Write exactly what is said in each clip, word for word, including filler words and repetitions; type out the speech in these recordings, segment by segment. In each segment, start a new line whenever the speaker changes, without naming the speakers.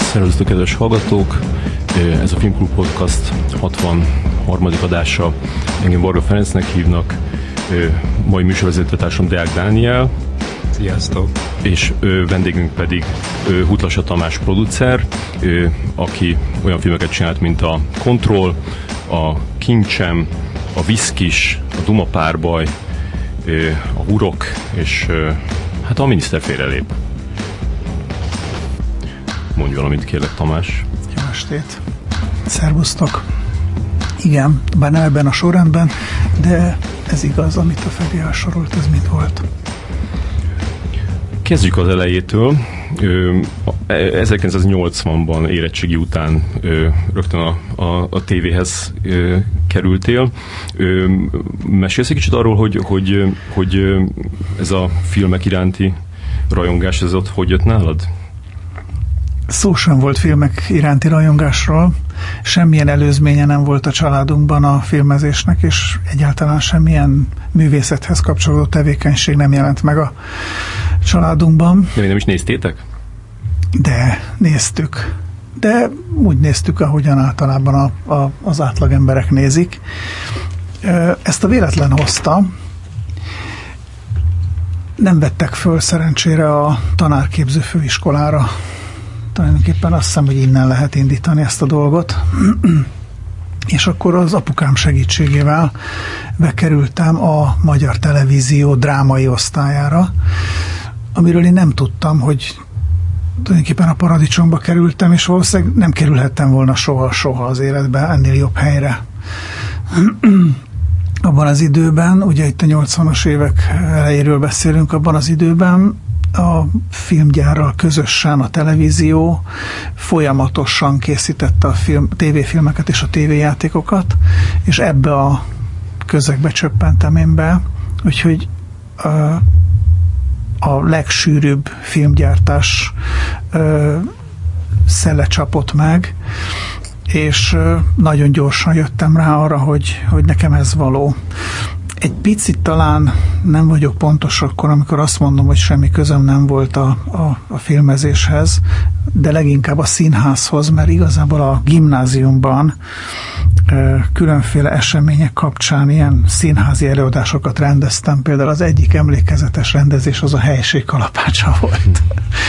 Szervusztok, kedves hallgatók! Ez a Filmklub Podcast hatvanharmadik adása. Engem Varga Ferencnek hívnak, mai műsorvezetőtársam Deák Dániel.
Sziasztok! És
ö, vendégünk pedig ö, Hutlasa Tamás producer, ö, aki olyan filmeket csinált, mint a Control, a Kincsem, a Viszkis, a Duma párbaj, ö, a Hurok, és ö, hát a Miniszter félrelép. Mondj valamit, kérlek, Tamás.
Jó estét! Szervusztok! Igen, bár nem ebben a sorrendben, de ez igaz, amit a Feri elsorolt, ez mit volt?
Kezdjük az elejétől. ezerkilencszáznyolcvanban érettségi után rögtön a, a, a tévéhez kerültél. Mesélsz egy kicsit arról, hogy, hogy, hogy ez a filmek iránti rajongás, ez ott hogy jött nálad?
Szó sem volt filmek iránti rajongásról, semmilyen előzménye nem volt a családunkban a filmezésnek, és egyáltalán semmilyen művészethez kapcsolódó tevékenység nem jelent meg a családunkban.
De nem is néztétek?
De néztük. De úgy néztük, ahogyan általában a, a, az átlag emberek nézik. Ezt a véletlen hozta. Nem vettek föl szerencsére a tanárképző főiskolára. Tulajdonképpen azt hiszem, hogy innen lehet indítani ezt a dolgot. És akkor az apukám segítségével bekerültem a Magyar Televízió drámai osztályára, amiről én nem tudtam, hogy tulajdonképpen a Paradicsomba kerültem, és valószínűleg nem kerülhettem volna soha-soha az életben ennél jobb helyre. Abban az időben, ugye itt a nyolcvanas évek elejéről beszélünk, abban az időben a filmgyárral közösen a televízió folyamatosan készítette a film, tévéfilmeket és a tévéjátékokat, és ebbe a közegbe csöppentem én be, úgyhogy a, a legsűrűbb filmgyártás ö, szele csapott meg, és ö, nagyon gyorsan jöttem rá arra, hogy, hogy nekem ez való. Egy picit talán nem vagyok pontos akkor, amikor azt mondom, hogy semmi közöm nem volt a, a, a filmezéshez, de leginkább a színházhoz, mert igazából a gimnáziumban e, különféle események kapcsán ilyen színházi előadásokat rendeztem. Például az egyik emlékezetes rendezés az a Helység kalapácsa volt.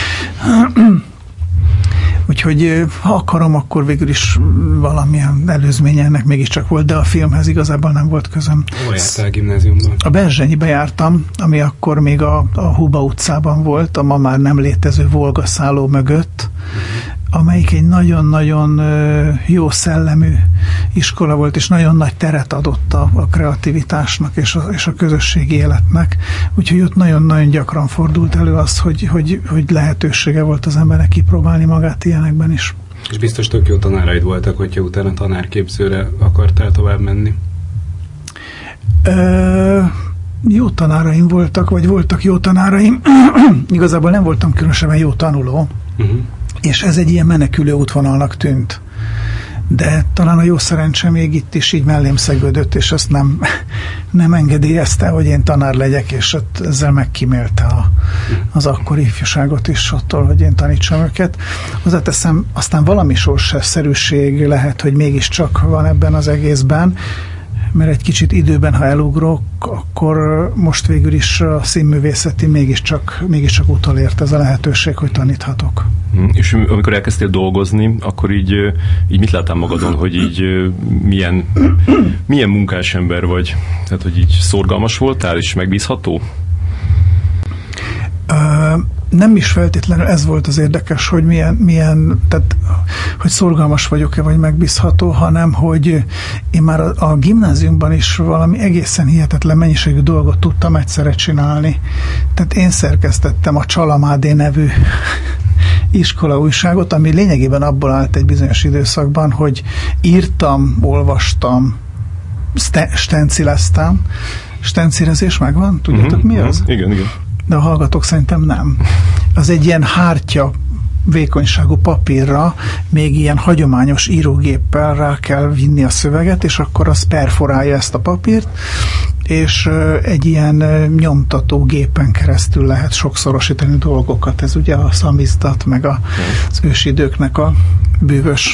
Úgyhogy ha akarom, akkor végül is valamilyen előzménye ennek mégiscsak volt, de a filmhez igazából nem volt közöm.
Hol jártál a gimnáziumban?
A Berzsenyibe jártam, ami akkor még a, a Huba utcában volt, a ma már nem létező Volga szálló mögött, uh-huh. amelyik egy nagyon-nagyon jó szellemű iskola volt, és nagyon nagy teret adott a, a kreativitásnak és a, és a közösségi életnek. Úgyhogy ott nagyon-nagyon gyakran fordult elő az, hogy, hogy, hogy lehetősége volt az embernek kipróbálni magát ilyenekben is.
És biztos tök jó tanáraid voltak, hogyha utána tanárképzőre akartál tovább menni?
Ö, jó tanáraim voltak, vagy voltak jó tanáraim. Igazából nem voltam különösen jó tanuló, uh-huh. és ez egy ilyen menekülő útvonalnak tűnt. De talán a jó szerencse még itt is így mellém szegődött, és azt nem, nem engedélyezte, hogy én tanár legyek, és ott ezzel megkímélte a, az akkori ifjúságot is attól, hogy én tanítsam őket. Hozzáteszem, aztán valami sorsszerűség lehet, hogy mégiscsak van ebben az egészben, mert egy kicsit időben, ha elugrok, akkor most végül is a színművészeti mégiscsak, mégiscsak utolért ez a lehetőség, hogy taníthatok.
És amikor elkezdtél dolgozni, akkor így, így mit láttál magadon, hogy így milyen, milyen munkás ember vagy? Tehát, hogy így szorgalmas voltál, és megbízható?
Ö, nem is feltétlenül ez volt az érdekes, hogy milyen, milyen tehát, hogy szorgalmas vagyok-e, vagy megbízható, hanem, hogy én már a, a gimnáziumban is valami egészen hihetetlen mennyiségű dolgot tudtam egyszerre csinálni. Tehát én szerkesztettem a Csalamádé nevű iskola újságot, ami lényegében abból állt egy bizonyos időszakban, hogy írtam, olvastam, ste- stencileztem. Stencilezés megvan? Tudjátok, uh-huh, mi az?
Uh-huh. Igen, igen.
De a hallgatók szerintem nem. Az egy ilyen hártya vékonyságú papírra még ilyen hagyományos írógéppel rá kell vinni a szöveget, és akkor az perforálja ezt a papírt, és egy ilyen nyomtatógépen keresztül lehet sokszorosítani dolgokat. Ez ugye a szamizdat, meg a, az ősidőknek a bűvös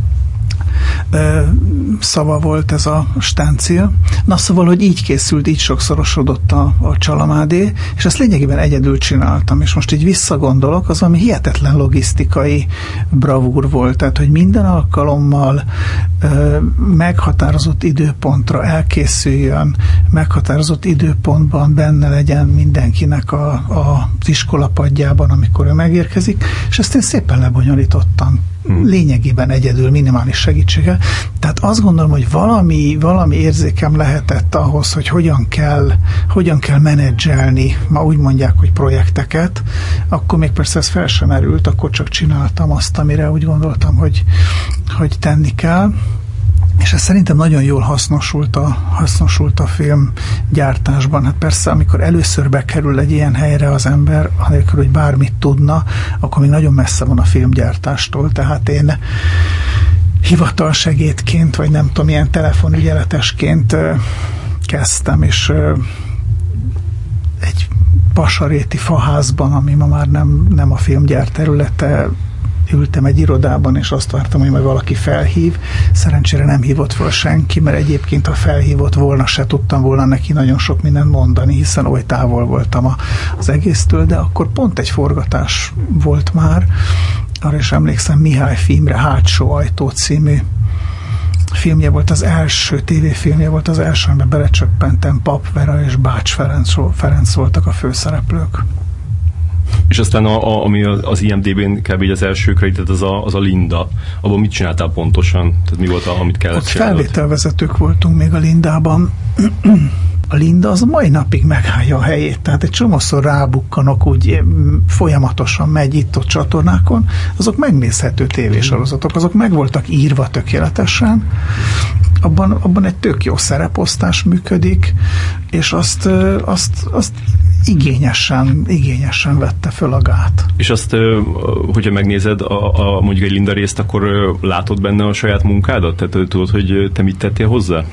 szava volt ez a stáncil. Na szóval, hogy így készült, így sokszorosodott a, a Csalamádé, és ezt lényegében egyedül csináltam, és most így visszagondolok, az ami hihetetlen logisztikai bravúr volt, tehát, hogy minden alkalommal ö, meghatározott időpontra elkészüljön, meghatározott időpontban benne legyen mindenkinek a, a, az iskolapadjában, amikor ő megérkezik, és ezt én szépen lebonyolítottam. Lényegében egyedül, minimális segítséggel. Tehát azt gondolom, hogy valami, valami érzékem lehetett ahhoz, hogy hogyan kell, hogyan kell menedzselni, ma úgy mondják, hogy projekteket, akkor még persze ez fel sem merült, akkor csak csináltam azt, amire úgy gondoltam, hogy, hogy tenni kell. És ez szerintem nagyon jól hasznosult a, hasznosult a filmgyártásban. Hát persze, amikor először bekerül egy ilyen helyre az ember, anélkül, hogy bármit tudna, akkor még nagyon messze van a filmgyártástól. Tehát én hivatalsegédként, vagy nem tudom, ilyen telefonügyeletesként kezdtem, és egy pasaréti faházban, ami ma már nem, nem a filmgyár területe, ültem egy irodában, és azt vártam, hogy majd valaki felhív. Szerencsére nem hívott föl senki, mert egyébként, ha felhívott volna, se tudtam volna neki nagyon sok mindent mondani, hiszen oly távol voltam a, az egésztől, de akkor pont egy forgatás volt már, arra is emlékszem, Mihály filmre, Hátsó ajtó című filmje volt az első, tévéfilmje volt az első, amiben belecsöppentem, Pap Vera és Bács Ferenc, Ferenc voltak a főszereplők.
És aztán a, a, ami az I M D B-n kb. Az első kreditet, az a, az a Linda. Abban mit csináltál pontosan? Tehát mi volt, a, amit kellett
ott
csinálnod?
Felvételvezetők voltunk még a Lindában. A Linda az a mai napig megállja a helyét, tehát egy csomószor rábukkanok, úgy folyamatosan megy itt-ott csatornákon, azok megnézhető tévésorozatok, azok meg voltak írva tökéletesen, abban, abban egy tök jó szereposztás működik, és azt, azt, azt igényesen, igényesen vette föl a gát.
És azt, hogyha megnézed a, a mondjuk egy Linda részt, akkor látod benne a saját munkádat? Tehát tudod, hogy te mit tettél hozzá?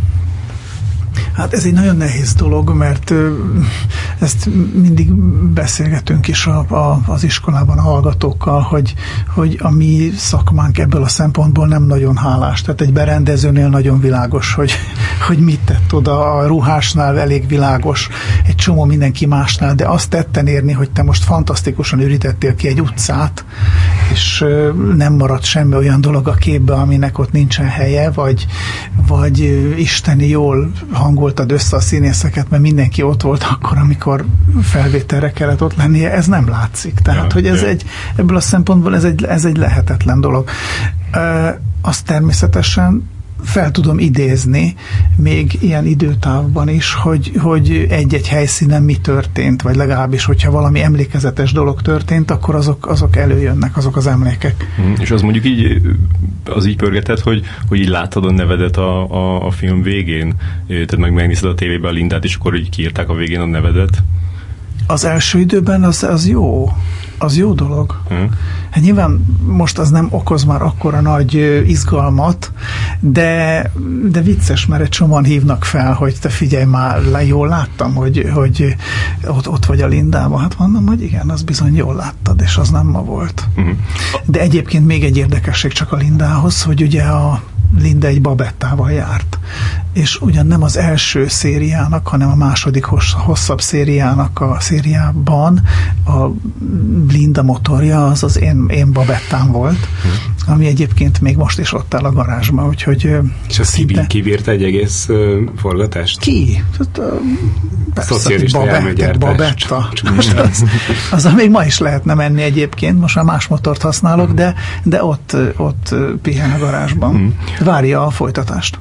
Hát ez egy nagyon nehéz dolog, mert ezt mindig beszélgetünk is a, a, az iskolában a hallgatókkal, hogy, hogy a mi szakmánk ebből a szempontból nem nagyon hálás. Tehát egy berendezőnél nagyon világos, hogy, hogy mit tett oda, a ruhásnál elég világos, egy csomó mindenki másnál, de azt tetten érni, hogy te most fantasztikusan ürítettél ki egy utcát, és nem maradt semmi olyan dolog a képbe, aminek ott nincsen helye, vagy, vagy isteni jól hangoltad össze a színészeket, mert mindenki ott volt akkor, amikor felvételre kellett ott lennie, ez nem látszik. Tehát, ja, hogy ez ja. egy, ebből a szempontból ez egy, ez egy lehetetlen dolog. E, azt természetesen fel tudom idézni még ilyen időtávban is, hogy, hogy egy-egy helyszínen mi történt, vagy legalábbis, hogyha valami emlékezetes dolog történt, akkor azok, azok előjönnek, azok az emlékek.
Hmm, és az mondjuk így, az így pörgetett, hogy, hogy így láttad a nevedet a, a, a film végén, tehát meg megnézted a tévében a Lindát, és akkor így kiírták a végén a nevedet?
Az első időben az, az jó. Az jó dolog. Hmm. Hát nyilván most az nem okoz már akkora nagy izgalmat, de, de vicces, mert egy csomóan hívnak fel, hogy te figyelj már, le, jól láttam, hogy, hogy ott, ott vagy a Lindában. Hát mondom, hogy igen, az bizony jól láttad, és az nem ma volt. Hmm. De egyébként még egy érdekesség csak a Lindához, hogy ugye a Linda egy Babettával járt. És ugyan nem az első szériának, hanem a második hosszabb szériának a szériában a Linda motorja az az én, én Babettám volt, hmm. ami egyébként még most is ott áll a garázsban, úgyhogy...
És azt szinte... kibírta egy egész uh, forgatást?
Ki? Hát, uh,
szocialista elmegyártás.
Babetta. Most az, az még ma is lehetne menni egyébként, most már más motort használok, hmm. de, de ott, ott pihen a garázsban. Hmm. Várja a folytatást.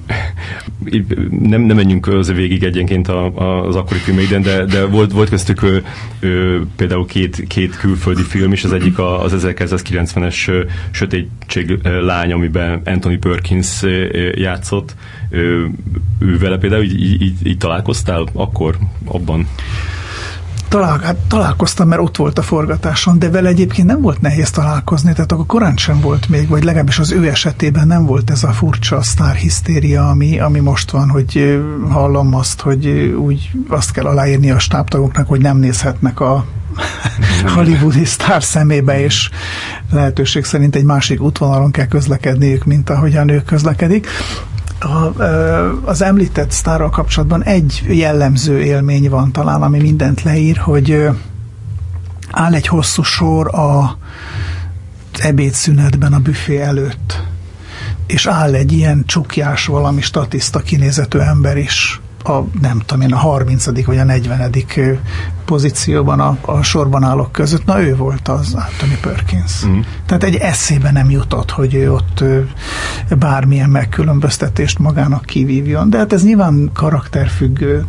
Nem, nem menjünk az végig egyenként a, a, az akkori filmeiden, de, de volt, volt köztük ö, ö, például két, két külföldi film is, az egyik az ezerkilencszázkilencvenes ö, Sötétség lány, amiben Anthony Perkins ö, játszott. Ö, ő vele például így, így, így találkoztál akkor abban?
Talál, hát találkoztam, mert ott volt a forgatáson, de vele egyébként nem volt nehéz találkozni, tehát akkor korán sem volt még, vagy legalábbis az ő esetében nem volt ez a furcsa sztárhisztéria, ami, ami most van, hogy hallom azt, hogy úgy azt kell aláírni a stábtagoknak, hogy nem nézhetnek a hollywoodi sztár szemébe, és lehetőség szerint egy másik útvonalon kell közlekedniük, mint ahogy a nő közlekedik. A, az említett sztárral kapcsolatban egy jellemző élmény van talán, ami mindent leír, hogy áll egy hosszú sor a ebédszünetben a büfé előtt, és áll egy ilyen csukjás, valami statiszta kinézetű ember is a, nem tudom én, a harmincadik vagy a negyvenedik pozícióban a, a sorban állók között. Na, ő volt az Anthony Perkins. Mm. Tehát egy eszébe nem jutott, hogy ő ott bármilyen megkülönböztetést magának kivívjon. De hát ez nyilván karakterfüggő.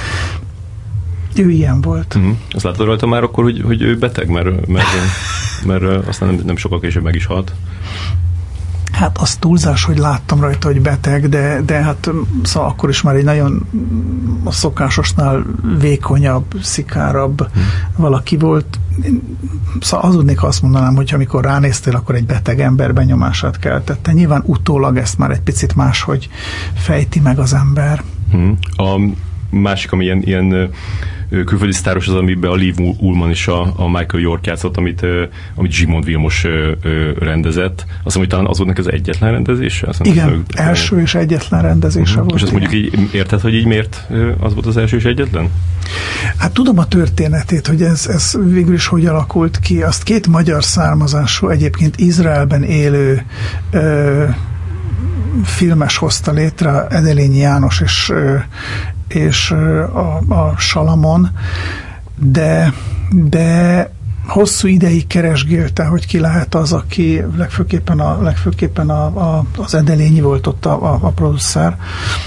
Ő ilyen volt.
Mm. Azt látod rajta már akkor, hogy, hogy ő beteg, mert, mert, mert aztán nem, nem sokkal később meg is halt.
Hát az túlzás, hogy láttam rajta, hogy beteg, de, de hát szóval akkor is már egy nagyon a szokásosnál vékonyabb, szikárabb hmm. valaki volt. Szóval hazudnék, ha azt mondanám, hogy amikor ránéztél, akkor egy beteg ember benyomását keltette. Nyilván utólag ezt már egy picit máshogy fejti meg az ember.
Hmm. A másik, ami ilyen, ilyen külföldi sztáros az, amiben a Liv Ullmann és a, a Michael York játszott, amit, amit Zsigmond Vilmos rendezett. Azt mondom, hogy talán az volt neki az egyetlen rendezése? Azt
Igen, mondom, első és egyetlen rendezése uh-huh. volt.
És azt mondjuk így, érted, hogy így miért az volt az első és egyetlen?
Hát tudom a történetét, hogy ez, ez végül is hogy alakult ki. Azt két magyar származású, egyébként Izraelben élő ö, filmes hozta létre, Edelényi János és és a, a Salamon, de, de hosszú ideig keresgélte, hogy ki lehet az, aki legfőképpen, a, legfőképpen a, a, az Edelényi volt ott a, a, a producer,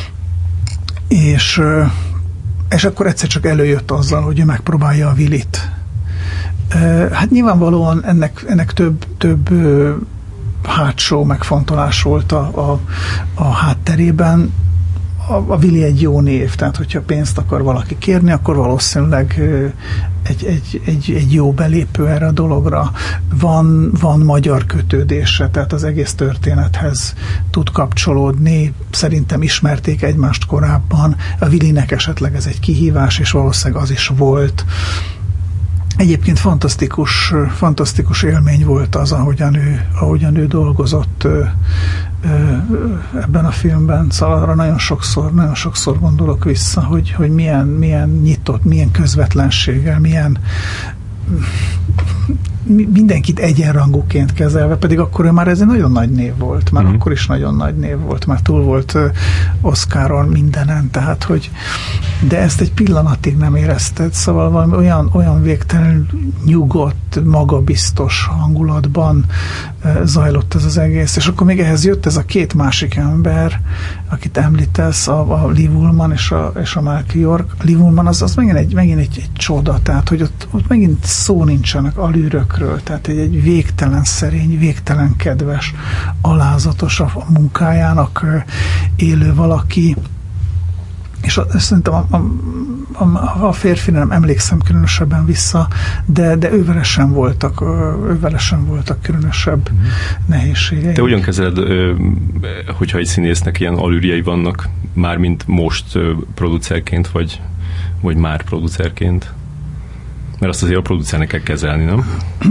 és, és akkor egyszer csak előjött azzal, hogy ő megpróbálja a Willit. Hát nyilvánvalóan ennek, ennek több, több hátsó megfontolás volt a, a, a hátterében. A Willi egy jó név, tehát hogyha pénzt akar valaki kérni, akkor valószínűleg egy, egy, egy, egy jó belépő erre a dologra. Van, van magyar kötődése, tehát az egész történethez tud kapcsolódni. Szerintem ismerték egymást korábban. A Willinek esetleg ez egy kihívás, és valószínűleg az is volt. Egyébként fantasztikus, fantasztikus élmény volt az, ahogyan ő, ahogyan ő dolgozott ö, ö, ebben a filmben. Szóval arra nagyon sokszor, nagyon sokszor gondolok vissza, hogy, hogy milyen, milyen nyitott, milyen közvetlenséggel, milyen mindenkit egyenrangúként kezelve, pedig akkor ő már ez egy nagyon nagy név volt, már mm. akkor is nagyon nagy név volt, már túl volt Oscaron mindenen, tehát hogy de ezt egy pillanatig nem érezted, szóval valami olyan, olyan végtelenül nyugodt, magabiztos hangulatban zajlott ez az egész, és akkor még ehhez jött ez a két másik ember, akit említesz, a, a Liv Ullmann és a, és a Michael York. Liv Ullmann az, az megint, egy, megint egy, egy csoda, tehát hogy ott, ott megint szó nincsenek alűrökről, tehát egy, egy végtelen szerény, végtelen kedves, alázatos a, a munkájának élő valaki, és a, szerintem a, a, a, a férfi nem emlékszem különösebben vissza, de, de ővele sem voltak, ővele sem voltak különösebb mm. nehézségei.
Te ugyan kezeled, hogyha egy színésznek ilyen alűrjei vannak, mármint most producerként, vagy, vagy már producerként? Mert azt azért a producernek kell kezelni, nem?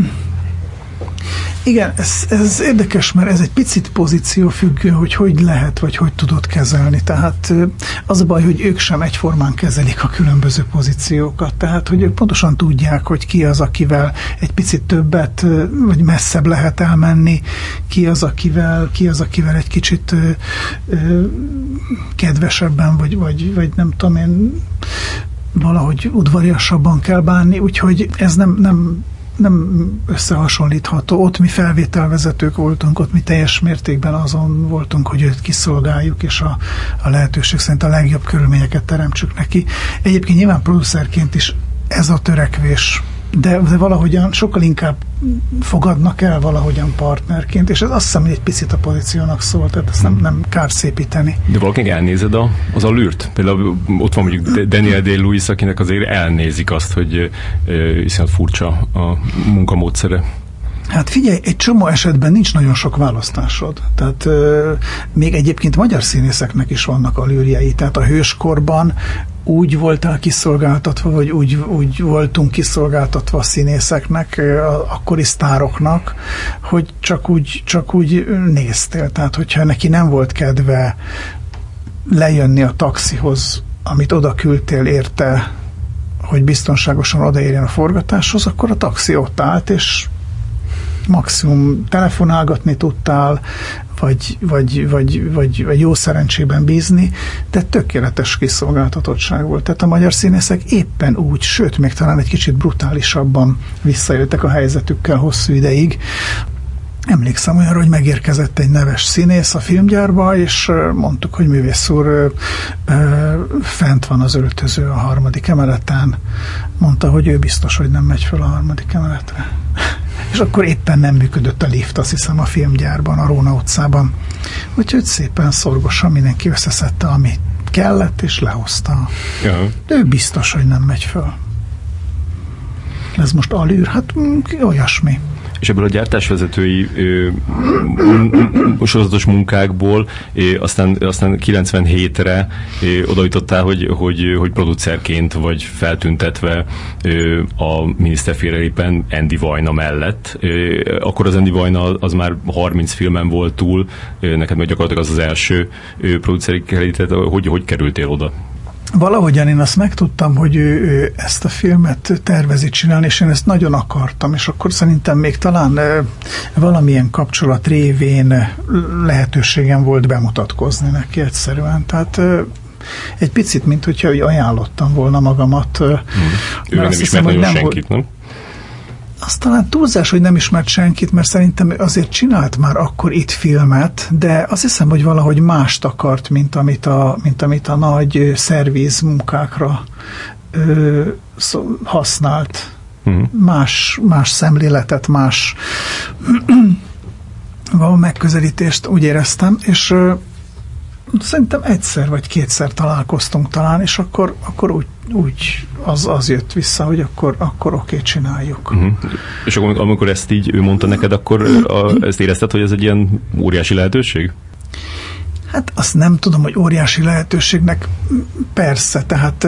Igen, ez, ez érdekes, mert ez egy picit pozíciófüggő, hogy hogy lehet, vagy hogy tudod kezelni. Tehát az a baj, hogy ők sem egyformán kezelik a különböző pozíciókat. Tehát, hogy ők pontosan tudják, hogy ki az, akivel egy picit többet, vagy messzebb lehet elmenni, ki az, akivel, ki az, akivel egy kicsit ö, ö, kedvesebben, vagy, vagy, vagy nem tudom én, valahogy udvariasabban kell bánni, úgyhogy ez nem, nem nem összehasonlítható. Ott mi felvételvezetők voltunk, ott mi teljes mértékben azon voltunk, hogy őt kiszolgáljuk, és a, a lehetőség szerint a legjobb körülményeket teremtsük neki. Egyébként nyilván producerként is ez a törekvés, de, de valahogyan sokkal inkább fogadnak el valahogyan partnerként, és ez azt hiszem, hogy egy picit a pozíciónak szól, tehát ezt nem, nem kár szépíteni.
De valakinek elnézed a, az allűrt? Például ott van mondjuk Daniel Day-Lewis, akinek azért elnézik azt, hogy uh, iszonyat furcsa a munkamódszere.
Hát figyelj, egy csomó esetben nincs nagyon sok választásod. Tehát euh, még egyébként magyar színészeknek is vannak allűrjei. Tehát a Hőskorban úgy voltál kiszolgáltatva, vagy úgy, úgy voltunk kiszolgáltatva a színészeknek, a akkori sztároknak, hogy csak úgy, csak úgy néztél. Tehát, hogyha neki nem volt kedve lejönni a taxihoz, amit oda küldtél érte, hogy biztonságosan odaérjen a forgatáshoz, akkor a taxi ott állt, és maximum telefonálgatni tudtál, vagy, vagy, vagy, vagy, vagy jó szerencsében bízni, de tökéletes kiszolgáltatottság volt. Tehát a magyar színészek éppen úgy, sőt, még talán egy kicsit brutálisabban visszaéltek a helyzetükkel hosszú ideig. Emlékszem olyanra, hogy megérkezett egy neves színész a filmgyárba, és mondtuk, hogy művész úr, fent van az öltöző a harmadik emeleten. Mondta, hogy ő biztos, hogy nem megy fel a harmadik emeletre. És akkor éppen nem működött a lift, azt hiszem, a filmgyárban, a Róna utcában. Úgyhogy szépen szorgosan mindenki összeszedte, ami kellett, és lehozta. Ja. De ő biztos, hogy nem megy föl. Ez most alűr? Hát olyasmi.
És ebből a gyártásvezetői ö, sorozatos munkákból ö, aztán, aztán kilencvenhétre ö, odajutottál, hogy, hogy, hogy producerként vagy feltüntetve ö, a miniszterféleképpen Andy Vajna mellett. Ö, akkor az Andy Vajna az már harminc filmen volt túl, ö, neked meg gyakorlatilag az az első ö, produceri kerületet, hogy, hogy kerültél oda?
Valahogyan én azt megtudtam, hogy ő, ő ezt a filmet tervezi csinálni, és én ezt nagyon akartam, és akkor szerintem még talán e, valamilyen kapcsolat révén lehetőségem volt bemutatkozni neki egyszerűen. Tehát e, egy picit, mint hogyha ajánlottam volna magamat.
Hmm. Ő nem ismert nagyon nem senkit, volt, nem?
Az talán túlzás, hogy nem ismert senkit, mert szerintem azért csinált már akkor itt filmet, de azt hiszem, hogy valahogy mást akart, mint amit a, mint amit a nagy szerviz munkákra ö, szó, használt. Uh-huh. Más, más szemléletet, más való megközelítést úgy éreztem, és ö, szerintem egyszer vagy kétszer találkoztunk talán, és akkor, akkor úgy, úgy az, az jött vissza, hogy akkor, akkor oké, okay, csináljuk. Uh-huh.
És akkor, amikor ezt így ő mondta neked, akkor a, ezt érezted, hogy ez egy ilyen óriási lehetőség?
Hát azt nem tudom, hogy óriási lehetőségnek persze, tehát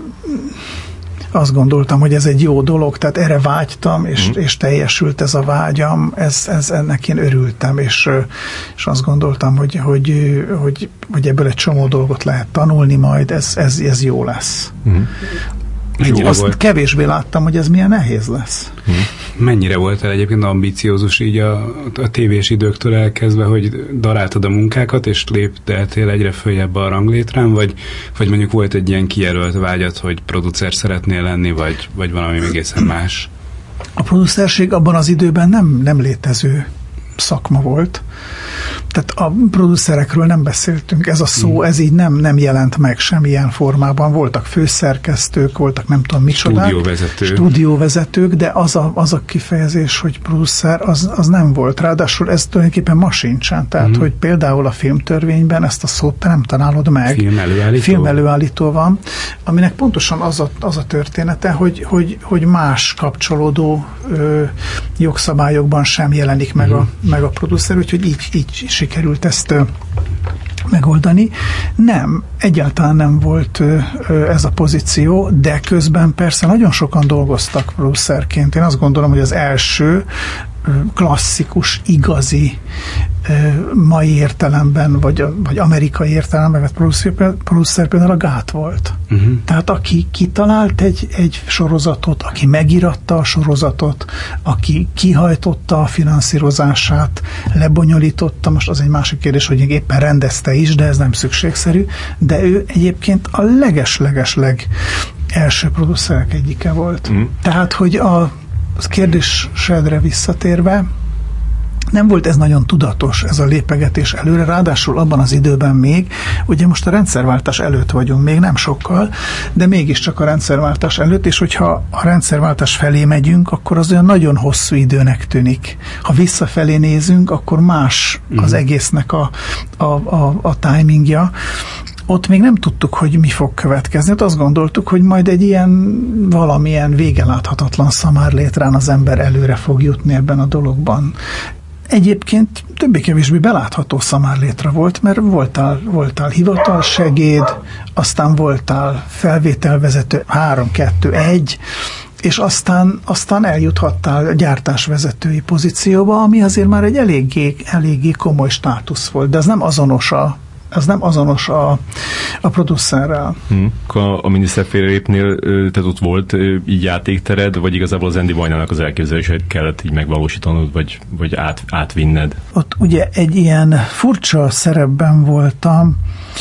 azt gondoltam, hogy ez egy jó dolog, tehát erre vágytam, és, mm. és teljesült ez a vágyam, ez, ez, ennek én örültem, és, és azt gondoltam, hogy, hogy, hogy, hogy ebből egy csomó dolgot lehet tanulni majd, ez, ez, ez jó lesz. Mm. Egy, azt volt. Kevésbé láttam, hogy ez milyen nehéz lesz.
Mm. Mennyire voltál egyébként ambiciózus így a, a tévés időktől elkezdve, hogy daráltad a munkákat, és lépteltél egyre följebb a ranglétrán, vagy, vagy mondjuk volt egy ilyen kijelölt vágyat, hogy producer szeretnél lenni, vagy, vagy valami egészen más?
A producerség abban az időben nem, nem létező szakma volt. Tehát a producerekről nem beszéltünk, ez a szó, ez így nem, nem jelent meg semmilyen formában. Voltak főszerkesztők, voltak nem tudom micsodák.
Stúdióvezető.
Stúdióvezetők, de az a, az a kifejezés, hogy producer, az, az nem volt. Ráadásul ez tulajdonképpen ma sincsen. Tehát, mm. hogy például a filmtörvényben ezt a szót te nem találod meg.
Filmelőállító.
Filmelőállító van, aminek pontosan az a, az a története, hogy, hogy, hogy más kapcsolódó ö, jogszabályokban sem jelenik meg, mm. a, meg a producer, úgyhogy így, így sikerült ezt ö, megoldani. Nem, egyáltalán nem volt ö, ö, ez a pozíció, de közben persze nagyon sokan dolgoztak producerként. Én azt gondolom, hogy az első ö, klasszikus, igazi ö, mai értelemben, vagy, vagy amerikai értelemben vett producer, producer például a Gát volt. Uh-huh. Tehát aki kitalált egy, egy sorozatot, aki megíratta a sorozatot, aki kihajtotta a finanszírozását, lebonyolította, most az egy másik kérdés, hogy éppen rendezte is, de ez nem szükségszerű, de ő egyébként a leges-leges-leg első producerek egyike volt. Uh-huh. Tehát, hogy a kérdésedre visszatérve, Nem volt ez nagyon tudatos, ez a lépegetés előre, ráadásul abban az időben még, ugye most a rendszerváltás előtt vagyunk, még nem sokkal, de mégiscsak a rendszerváltás előtt, és hogyha a rendszerváltás felé megyünk, akkor az olyan nagyon hosszú időnek tűnik. Ha visszafelé nézünk, akkor más az egésznek a, a, a, a timingja. Ott még nem tudtuk, hogy mi fog következni. Ott azt gondoltuk, hogy majd egy ilyen valamilyen végeláthatatlan szamárlétrán az ember előre fog jutni ebben a dologban. Egyébként többé-kevésbé belátható szamárlétra volt, mert voltál, voltál hivatalsegéd, aztán voltál felvételvezető három kettő egy, és aztán, aztán eljuthattál gyártásvezetői pozícióba, ami azért már egy eléggé, eléggé komoly státusz volt, de ez nem azonos a ez nem azonos a, a producerrel.
Hmm. A, a miniszterfélrépnél tehát ott volt így játéktered, vagy igazából az Andy Vajnának az elképzeléseit kellett így megvalósítanod, vagy, vagy át, átvinned?
Ott ugye egy ilyen furcsa szerepben voltam,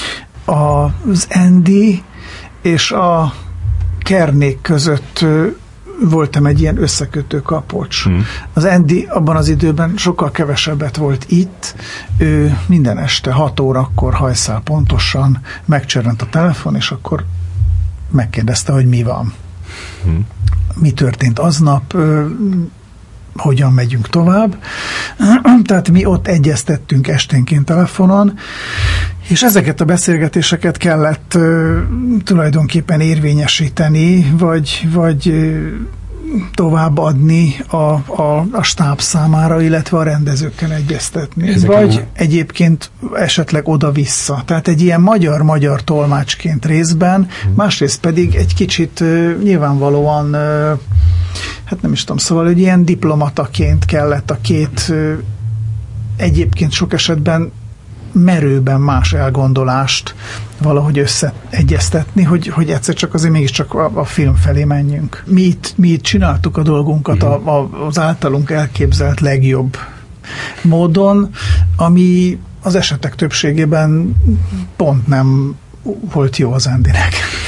az Andy és a Kernék között voltam egy ilyen összekötő kapocs. Hmm. Az Andy abban az időben sokkal kevesebbet volt itt, ő minden este hat órakor hajszál pontosan megcsörrent a telefon, és akkor megkérdezte, hogy mi van. Hmm. Mi történt aznap, hogyan megyünk tovább. Tehát mi ott egyeztettünk esténként telefonon, és ezeket a beszélgetéseket kellett uh, tulajdonképpen érvényesíteni, vagy, vagy uh, továbbadni a, a, a stáb számára, illetve a rendezőkkel egyeztetni. Ezek vagy a... egyébként esetleg oda-vissza. Tehát egy ilyen magyar-magyar tolmácsként részben, hmm. másrészt pedig egy kicsit uh, nyilvánvalóan uh, hát nem is tudom, szóval egy ilyen diplomataként kellett a két uh, egyébként sok esetben merőben más elgondolást valahogy összeegyeztetni, hogy, hogy egyszer csak azért mégiscsak a, a film felé menjünk. Mi itt, mi itt csináltuk a dolgunkat a, a, az általunk elképzelt legjobb módon, ami az esetek többségében pont nem volt jó az Andynek.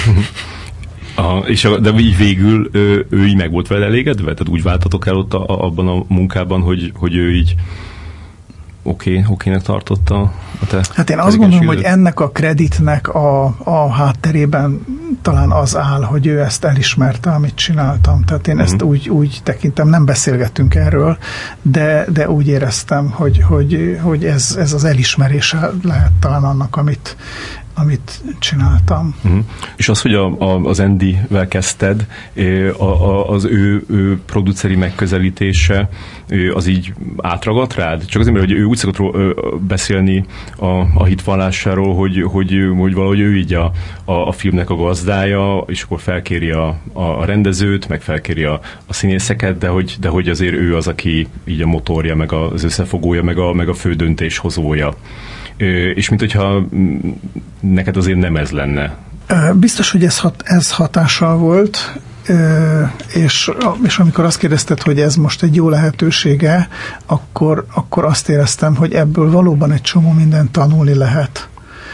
Aha, és a, de így végül ő, ő így meg volt vele elégedve? Tehát úgy váltatok el ott a, a, abban a munkában, hogy, hogy ő így oké, okay, okének tartotta a te...
Hát én azt gondolom, hogy ennek a kreditnek a, a hátterében talán az áll, hogy ő ezt elismerte, amit csináltam. Tehát én uh-huh. ezt úgy, úgy tekintem, nem beszélgettünk erről, de, de úgy éreztem, hogy, hogy, hogy ez, ez az elismerése lehet talán annak, amit amit csináltam.
Uh-huh. És az, hogy a, a, az Andyvel kezdted, a, a, az ő, ő produceri megközelítése, az így átragadt rád? Csak azért, mert hogy ő úgy szokott beszélni a, a hitvallásáról, hogy, hogy, hogy valahogy ő így a, a, a filmnek a gazdája, és akkor felkéri a, a rendezőt, meg felkéri a, a színészeket, de hogy, de hogy azért ő az, aki így a motorja, meg az összefogója, meg a, meg a fő döntéshozója. És mint hogyha neked azért nem ez lenne.
Biztos, hogy ez, hat, ez hatással volt, és, és amikor azt kérdezted, hogy ez most egy jó lehetősége, akkor, akkor azt éreztem, hogy ebből valóban egy csomó mindent tanulni lehet.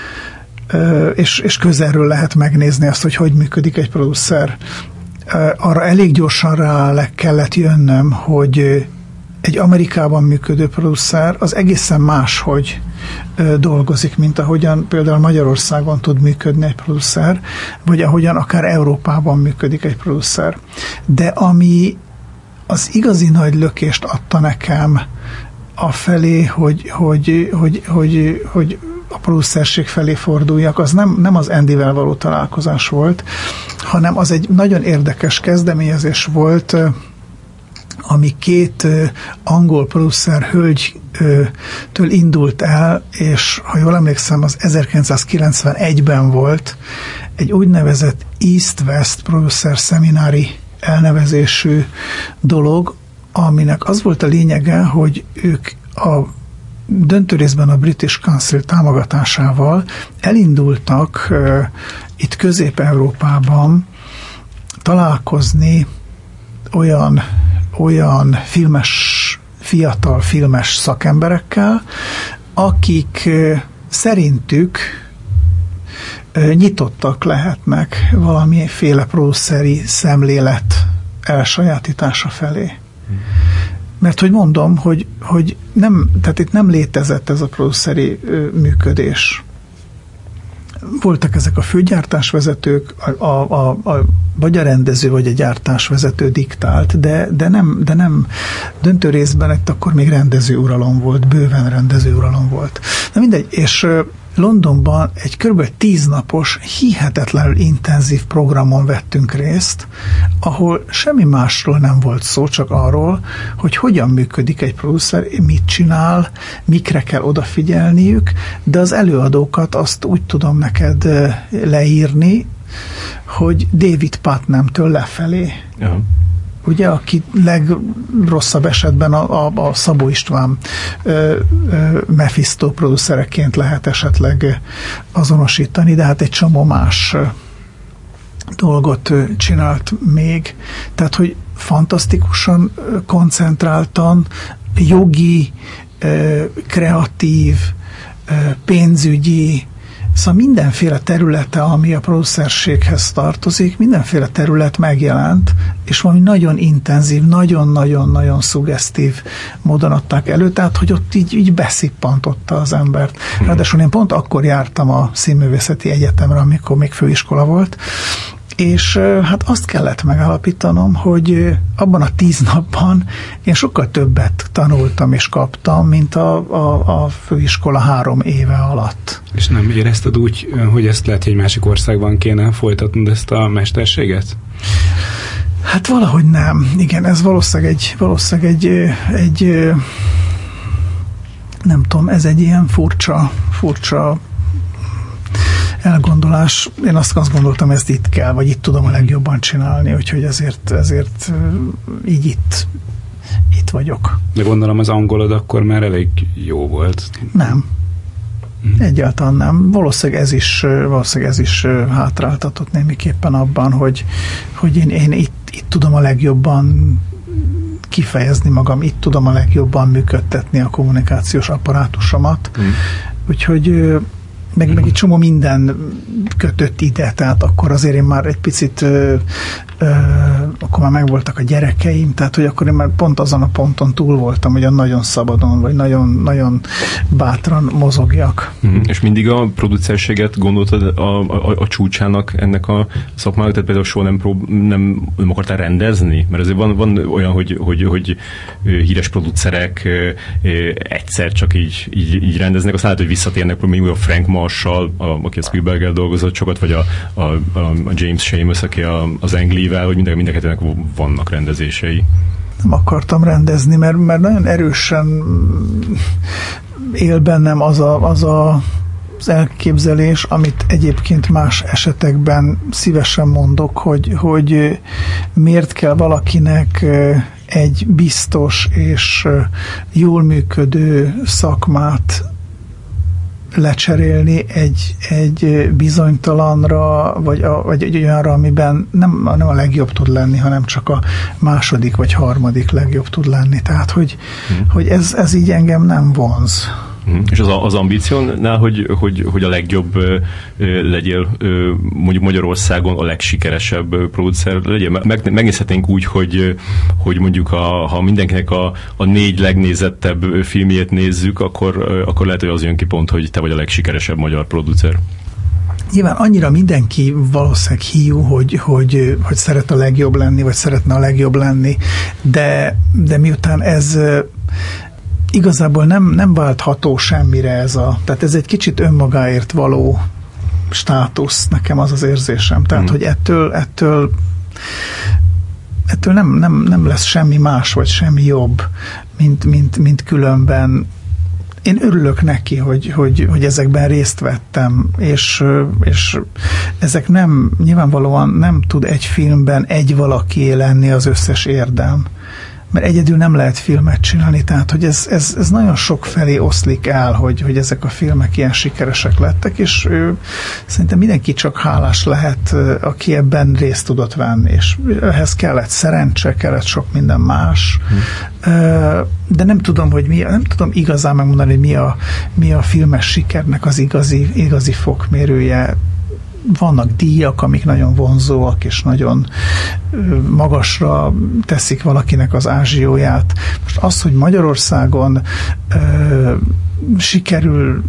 És, és közelről lehet megnézni azt, hogy hogy működik egy producer. Arra elég gyorsan rá kellett jönnöm, hogy egy Amerikában működő producer az egészen máshogy ö, dolgozik, mint ahogyan például Magyarországon tud működni egy producer, vagy ahogyan akár Európában működik egy producer. De ami az igazi nagy lökést adta nekem afelé, hogy, hogy, hogy, hogy, hogy a producerség felé forduljak, az nem, nem az Andyvel való találkozás volt, hanem az egy nagyon érdekes kezdeményezés volt, ami két uh, angol producer hölgytől indult el, és ha jól emlékszem, az ezerkilencszázkilencvenegyben volt egy úgynevezett East-West Producer Seminary elnevezésű dolog, aminek az volt a lényege, hogy ők a döntő részben a British Council támogatásával elindultak uh, itt Közép-Európában találkozni olyan olyan filmes, fiatal filmes szakemberekkel, akik szerintük nyitottak lehetnek valamiféle produceri szemlélet elsajátítása felé. Mert hogy mondom, hogy, hogy nem, tehát itt nem létezett ez a produceri működés. Voltak ezek a főgyártásvezetők, a, a, a, vagy a rendező, vagy a gyártásvezető diktált, de, de, nem, de nem döntő részben itt akkor még rendezőuralom volt, bőven rendezőuralom volt. Na mindegy, és Londonban egy kb. tíz napos, hihetetlenül intenzív programon vettünk részt, ahol semmi másról nem volt szó, csak arról, hogy hogyan működik egy producer, mit csinál, mikre kell odafigyelniük, de az előadókat azt úgy tudom neked leírni, hogy David Putnamtől lefelé. Ja. Ugye, aki legrosszabb esetben a, a, a Szabó István ö, ö, Mephisto producereként lehet esetleg azonosítani, de hát egy csomó más dolgot csinált még. Tehát, hogy fantasztikusan koncentráltan, jogi, ö, kreatív, ö, pénzügyi, szóval mindenféle területe, ami a producerséghez tartozik, mindenféle terület megjelent, és valami nagyon intenzív, nagyon-nagyon-nagyon szuggesztív módon adták elő, tehát, hogy ott így, így beszippantotta az embert. Ráadásul én pont akkor jártam a Színművészeti Egyetemre, amikor még főiskola volt, és hát azt kellett megállapítanom, hogy abban a tíz napban én sokkal többet tanultam és kaptam, mint a, a, a főiskola három éve alatt.
És nem érezted úgy, hogy ezt lehet, hogy egy másik országban kéne folytatnod ezt a mesterséget?
Hát valahogy nem. Igen, ez valószínűleg egy, valószínűleg egy, egy nem tudom, ez egy ilyen furcsa, furcsa elgondolás. Én azt, azt gondoltam, ezt itt kell, vagy itt tudom a legjobban csinálni, úgyhogy ezért, ezért így itt, itt vagyok.
De gondolom az angolod akkor már elég jó volt.
Nem. Hmm. Egyáltalán nem. Valószínűleg ez is, valószínűleg ez is hátráltatott némiképpen abban, hogy, hogy én, én itt, itt tudom a legjobban kifejezni magam, itt tudom a legjobban működtetni a kommunikációs apparátusomat. Hmm. Úgyhogy meg, meg egy csomó minden kötött ide, tehát akkor azért én már egy picit ö, ö, akkor már megvoltak a gyerekeim, tehát hogy akkor én már pont azon a ponton túl voltam, hogy nagyon szabadon, vagy nagyon, nagyon bátran mozogjak.
Mm, és mindig a producerséget gondoltad a, a, a csúcsának ennek a szakmának, tehát például soha nem, prób- nem, nem akartál rendezni? Mert azért van, van olyan, hogy, hogy, hogy híres producerek egyszer csak így, így, így rendeznek, aztán lehet, hogy visszatérnek, mondjuk a Frank Marshall, a, aki a Spielberggel dolgozott sokat, vagy a, a, a James Seamus, aki a, az Ang Lee-vel, hogy minden, mindenkettőnek vannak rendezései.
Nem akartam rendezni, mert, mert nagyon erősen él bennem az a, az a az elképzelés, amit egyébként más esetekben szívesen mondok, hogy, hogy miért kell valakinek egy biztos és jól működő szakmát lecserélni egy, egy bizonytalanra, vagy, a, vagy egy olyanra, amiben nem, nem a legjobb tud lenni, hanem csak a második vagy harmadik legjobb tud lenni. Tehát, hogy, hmm. hogy ez, ez így engem nem vonz.
Hmm. És az, az ambíciónál, hogy, hogy, hogy a legjobb ö, legyél ö, mondjuk Magyarországon a legsikeresebb producer legyél. Meg, megnézhetnénk úgy, hogy, hogy mondjuk a, ha mindenkinek a, a négy legnézettebb filmjét nézzük, akkor, akkor lehet, hogy az jön ki pont, hogy te vagy a legsikeresebb magyar producer.
Nyilván annyira mindenki valószínűleg hiú, hogy, hogy, hogy szeret a legjobb lenni, vagy szeretne a legjobb lenni, de, de miután ez igazából nem, nem váltható semmire ez a, tehát ez egy kicsit önmagáért való státusz, nekem az az érzésem. Tehát, mm. hogy ettől, ettől ettől nem, nem, nem lesz semmi más, vagy semmi jobb, mint, mint, mint különben. Én örülök neki, hogy, hogy, hogy ezekben részt vettem, és, és ezek nem, nyilvánvalóan nem tud egy filmben egy valakié lenni az összes érdem, mert egyedül nem lehet filmet csinálni, tehát hogy ez, ez, ez nagyon sok felé oszlik el, hogy, hogy ezek a filmek ilyen sikeresek lettek, és ő, szerintem mindenki csak hálás lehet, aki ebben részt tudott venni, és ehhez kellett szerencse, kellett sok minden más, hmm. de nem tudom, hogy mi, nem tudom igazán megmondani, hogy mi a, mi a filmes sikernek az igazi, igazi fokmérője. vannak díjak, amik nagyon vonzóak, és nagyon magasra teszik valakinek az ázsióját. Most az, hogy Magyarországon ö, sikerül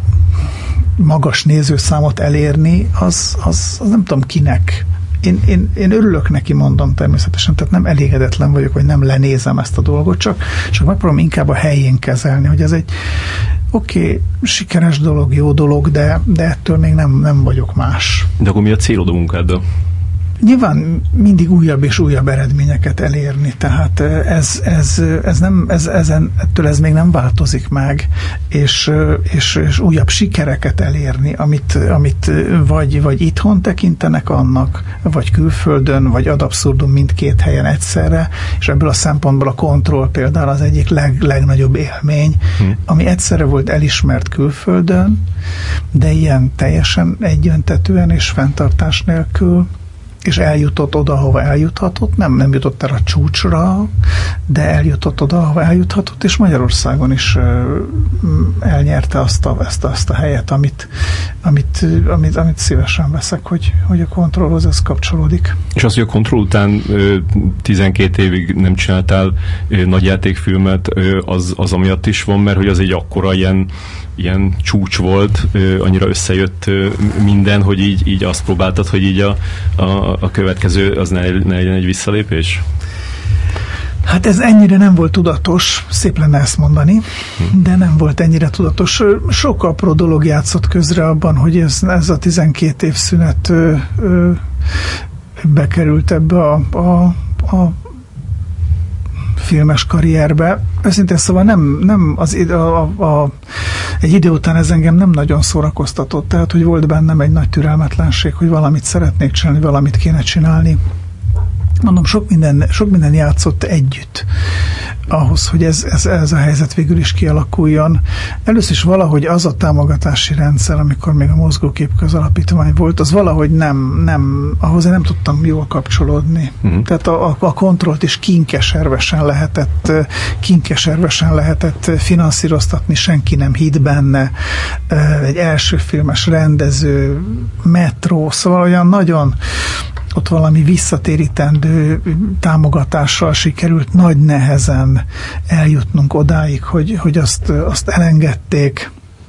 magas nézőszámot elérni, az, az, az nem tudom kinek. Én, én, én örülök neki, mondom természetesen, tehát nem elégedetlen vagyok, vagy nem lenézem ezt a dolgot, csak, csak megpróbálom inkább a helyén kezelni, hogy ez egy oké, okay, sikeres dolog, jó dolog, de, de ettől még nem, nem vagyok más.
De akkor mi a célod a munkáddal?
Nyilván mindig újabb és újabb eredményeket elérni, tehát ez, ez, ez nem, ez, ezen, ettől ez még nem változik meg, és, és, és újabb sikereket elérni, amit, amit vagy, vagy itthon tekintenek annak, vagy külföldön, vagy ad abszurdum mindkét helyen egyszerre, és ebből a szempontból a Kontroll például az egyik leg, legnagyobb élmény, hmm. ami egyszerre volt elismert külföldön, de ilyen teljesen egyöntetően és fenntartás nélkül, és eljutott oda, ahova eljuthatott, nem, nem jutott el a csúcsra, de eljutott oda, ahova eljuthatott, és Magyarországon is elnyerte azt a, ezt, a, ezt a helyet, amit, amit, amit, amit szívesen veszek, hogy, hogy a Kontrollhoz ez kapcsolódik.
És az, hogy a Kontroll után tizenkét évig nem csináltál nagyjátékfilmet, az, az amiatt is van, mert hogy az egy akkora ilyen ilyen csúcs volt, annyira összejött minden, hogy így, így azt próbáltad, hogy így a, a, a következő az ne, ne legyen egy visszalépés?
Hát ez ennyire nem volt tudatos, szép lenne ezt mondani, de nem volt ennyire tudatos. Sok apró dolog játszott közre abban, hogy ez, ez a tizenkét év szünet ö, ö, bekerült ebbe a, a, a filmes karrierbe. Őszintén szóval nem, nem az, a, a, a, egy idő után ez engem nem nagyon szórakoztatott, tehát hogy volt bennem egy nagy türelmetlenség, hogy valamit szeretnék csinálni, valamit kéne csinálni. Mondom, sok minden, sok minden játszott együtt ahhoz, hogy ez, ez, ez a helyzet végül is kialakuljon. Először is valahogy az a támogatási rendszer, amikor még a Mozgókép Közalapítvány volt, az valahogy nem, nem ahhoz én nem tudtam jól kapcsolódni. Uh-huh. Tehát a, a, a Kontrollt is kinkeservesen lehetett, kinkeservesen lehetett finanszíroztatni, senki nem hitt benne. Egy első filmes rendező, metró, szóval olyan nagyon ott valami visszatérítendő támogatással sikerült nagy nehezen eljutnunk odáig, hogy, hogy azt, azt elengedték,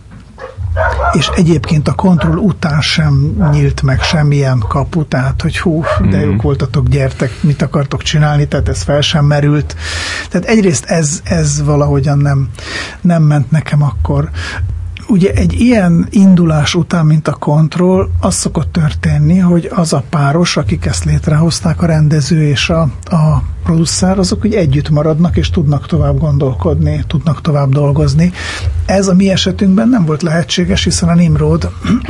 és egyébként a Kontroll után sem nyílt meg semmilyen kapu, tehát hogy hú, de jók voltatok, gyertek, mit akartok csinálni, tehát ez fel sem merült. Tehát egyrészt ez, ez valahogyan nem, nem ment nekem akkor. Ugye egy ilyen indulás után, mint a Kontroll, az szokott történni, hogy az a páros, akik ezt létrehozták, a rendező és a, a producer, azok úgy együtt maradnak, és tudnak tovább gondolkodni, tudnak tovább dolgozni. Ez a mi esetünkben nem volt lehetséges, hiszen a Nimrod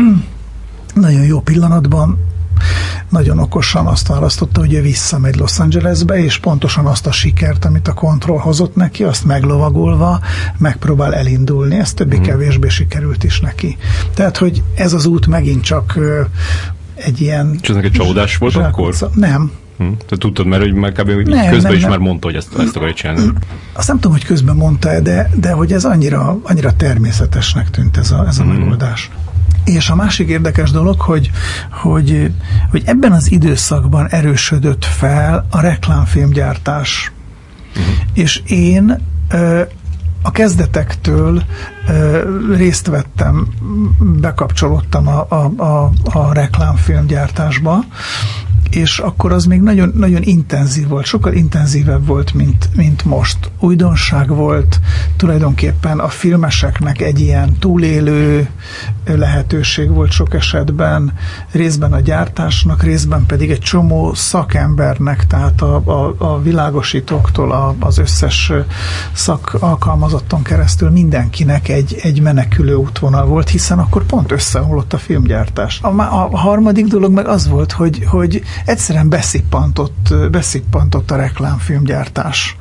nagyon jó pillanatban, nagyon okosan azt választotta, hogy ő visszamegy Los Angelesbe, és pontosan azt a sikert, amit a Kontroll hozott neki, azt meglovagolva megpróbál elindulni. Ez többé-kevésbé sikerült is neki. Tehát, hogy ez az út megint csak ö, egy ilyen...
És ez egy csalódás volt akkor?
Nem.
Hm. Te tudtad, mert hogy már kb.
Nem,
közben
nem,
is
nem.
már mondta, hogy ezt, ezt akarja csinálni.
Azt nem tudom, hogy közben mondta, de, de hogy ez annyira, annyira természetesnek tűnt ez a, ez a hmm. megoldás. És a másik érdekes dolog, hogy, hogy, hogy ebben az időszakban erősödött fel a reklámfilmgyártás. Uh-huh. És én ö, a kezdetektől ö, részt vettem, bekapcsolódtam a, a, a, a reklámfilmgyártásba, és akkor az még nagyon, nagyon intenzív volt, sokkal intenzívebb volt, mint, mint most. Újdonság volt, tulajdonképpen a filmeseknek egy ilyen túlélő lehetőség volt sok esetben, részben a gyártásnak, részben pedig egy csomó szakembernek, tehát a, a, a világosítóktól a, az összes szakalkalmazotton keresztül mindenkinek egy, egy menekülő útvonal volt, hiszen akkor pont összeomlott a filmgyártás. A, a harmadik dolog meg az volt, hogy, hogy egyszerűen beszippantott, beszippantott a reklámfilmgyártás.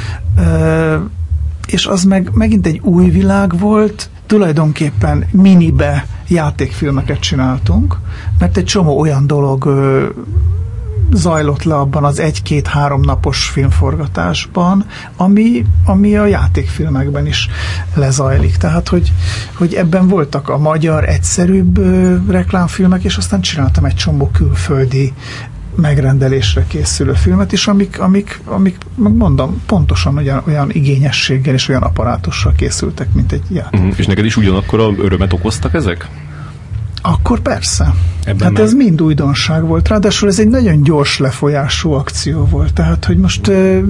Ö, és az meg megint egy új világ volt, tulajdonképpen minibe játékfilmeket csináltunk, mert egy csomó olyan dolog ö, zajlott le abban az egy-két-három napos filmforgatásban, ami, ami a játékfilmekben is lezajlik. Tehát, hogy, hogy ebben voltak a magyar egyszerűbb ö, reklámfilmek, és aztán csináltam egy csomó külföldi megrendelésre készülő filmet is, amik, amik, amik mondom, pontosan olyan, olyan igényességgel és olyan apparátussal készültek, mint egy játék.
Mm, és neked is ugyanakkor a örömet okoztak ezek?
Akkor persze.
Ebben
hát
meg...
ez mind újdonság volt. Ráadásul ez egy nagyon gyors lefolyású akció volt. Tehát, hogy most uh,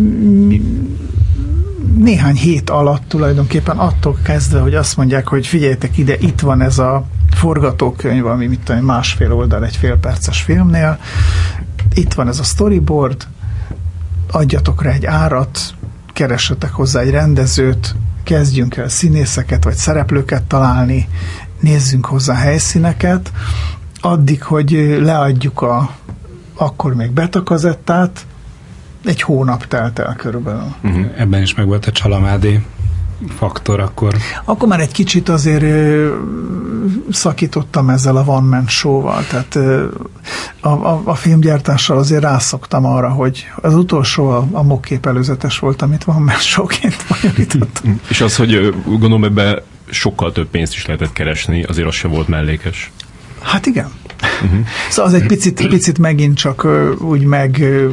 néhány hét alatt tulajdonképpen attól kezdve, hogy azt mondják, hogy figyeljetek ide, itt van ez a forgatókönyv, ami mit tudom, másfél oldal egy félperces filmnél, itt van ez a storyboard, adjatok rá egy árat, keressetek hozzá egy rendezőt, kezdjünk el színészeket vagy szereplőket találni, nézzünk hozzá helyszíneket, addig, hogy leadjuk a akkor még betakazettát, egy hónap telt el körülbelül.
Uh-huh. Ebben is meg volt a Csalamádé faktor akkor.
Akkor már egy kicsit azért ö, szakítottam ezzel a one man show-val, tehát ö, a, a, a filmgyártással azért rászoktam arra, hogy az utolsó a, a mokkép előzetes volt, amit one man show-ként bonyolítottam.
És az, hogy gondolom ebbe sokkal több pénzt is lehetett keresni, azért az se volt mellékes.
Hát igen. Uh-huh. Szóval az egy picit, picit megint csak ö, úgy meg ö,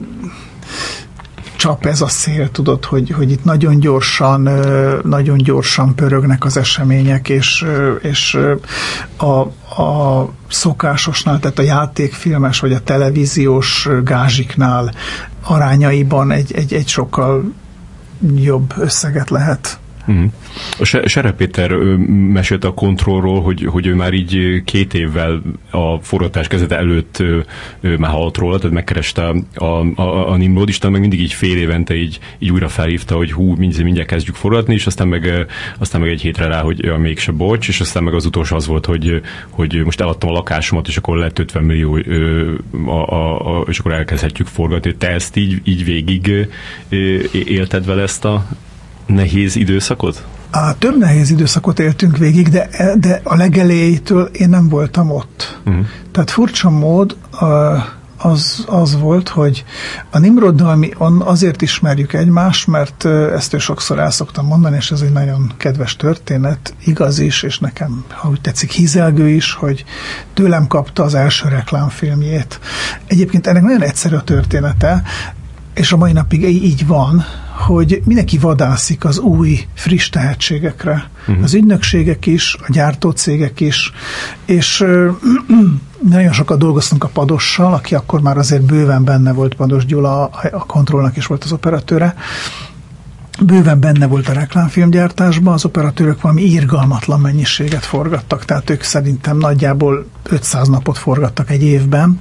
csap ez a szél, tudod, hogy, hogy itt nagyon gyorsan, nagyon gyorsan pörögnek az események, és, és a, a szokásosnál, tehát a játékfilmes vagy a televíziós gázsiknál arányaiban egy, egy, egy sokkal jobb összeget lehet.
Uh-huh. A Sere Péter mesélte a Kontrollról, hogy, hogy ő már így két évvel a forgatás kezdete előtt ő, ő már hallt róla, tehát megkereste a, a, a Nimrod, és meg mindig így fél évente így, így újra felhívta, hogy hú, mindjárt, mindjárt kezdjük forgatni, és aztán meg, aztán meg egy hétre rá, hogy ja, mégse bocs, és aztán meg az utolsó az volt, hogy, hogy most eladtam a lakásomat, és akkor lett ötven millió, a, a, a, és akkor elkezdhetjük forgatni. Te ezt így, így végig élted vele ezt a nehéz időszakot?
A több nehéz időszakot éltünk végig, de, de a legelejétől én nem voltam ott. Uh-huh. Tehát furcsa mód az, az volt, hogy a Nimroddal mi azért ismerjük egymást, mert ezt ő sokszor el szoktam mondani, és ez egy nagyon kedves történet, igaz is, és nekem, ha úgy tetszik, hízelgő is, hogy tőlem kapta az első reklámfilmjét. Egyébként ennek nagyon egyszerű a története, és a mai napig így van, hogy mindenki vadászik az új, friss tehetségekre. Uh-huh. Az ügynökségek is, a gyártócégek is, és nagyon sokat dolgoztunk a Padossal, aki akkor már azért bőven benne volt, Pados Gyula, a Kontrollnak is volt az operatőre, bőven benne volt a reklámfilmgyártásban, az operatőrök valami irgalmatlan mennyiséget forgattak, tehát ők szerintem nagyjából ötszáz napot forgattak egy évben,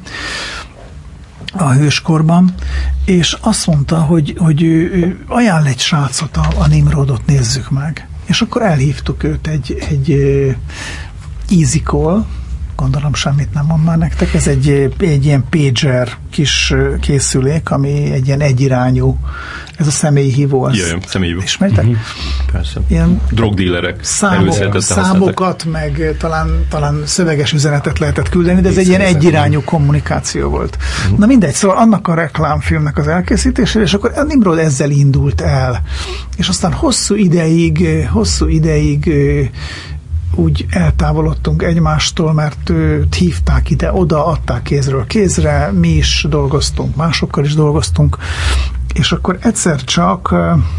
a Hőskorban, és azt mondta, hogy, hogy ő, ő ajánl egy srácot, a, a Nimrodot nézzük meg. És akkor elhívtuk őt egy, egy Easy Call, gondolom semmit nem mond már nektek, ez egy, egy ilyen pager kis készülék, ami egy ilyen egyirányú, ez a személyi hívó.
Jaj, személyi hívó.
Ismeritek?
Uh-huh. Persze.
Ilyen
drogdílerek.
Számok, számokat, meg talán, talán szöveges üzenetet lehetett küldeni, de ez egy ilyen egyirányú kommunikáció volt. Uh-huh. Na mindegy, szóval annak a reklámfilmnek az elkészítésére, és akkor a Nimrod ezzel indult el. És aztán hosszú ideig, hosszú ideig úgy eltávolodtunk egymástól, mert őt hívták ide-oda, adták kézről kézre, mi is dolgoztunk, másokkal is dolgoztunk, és akkor egyszer csak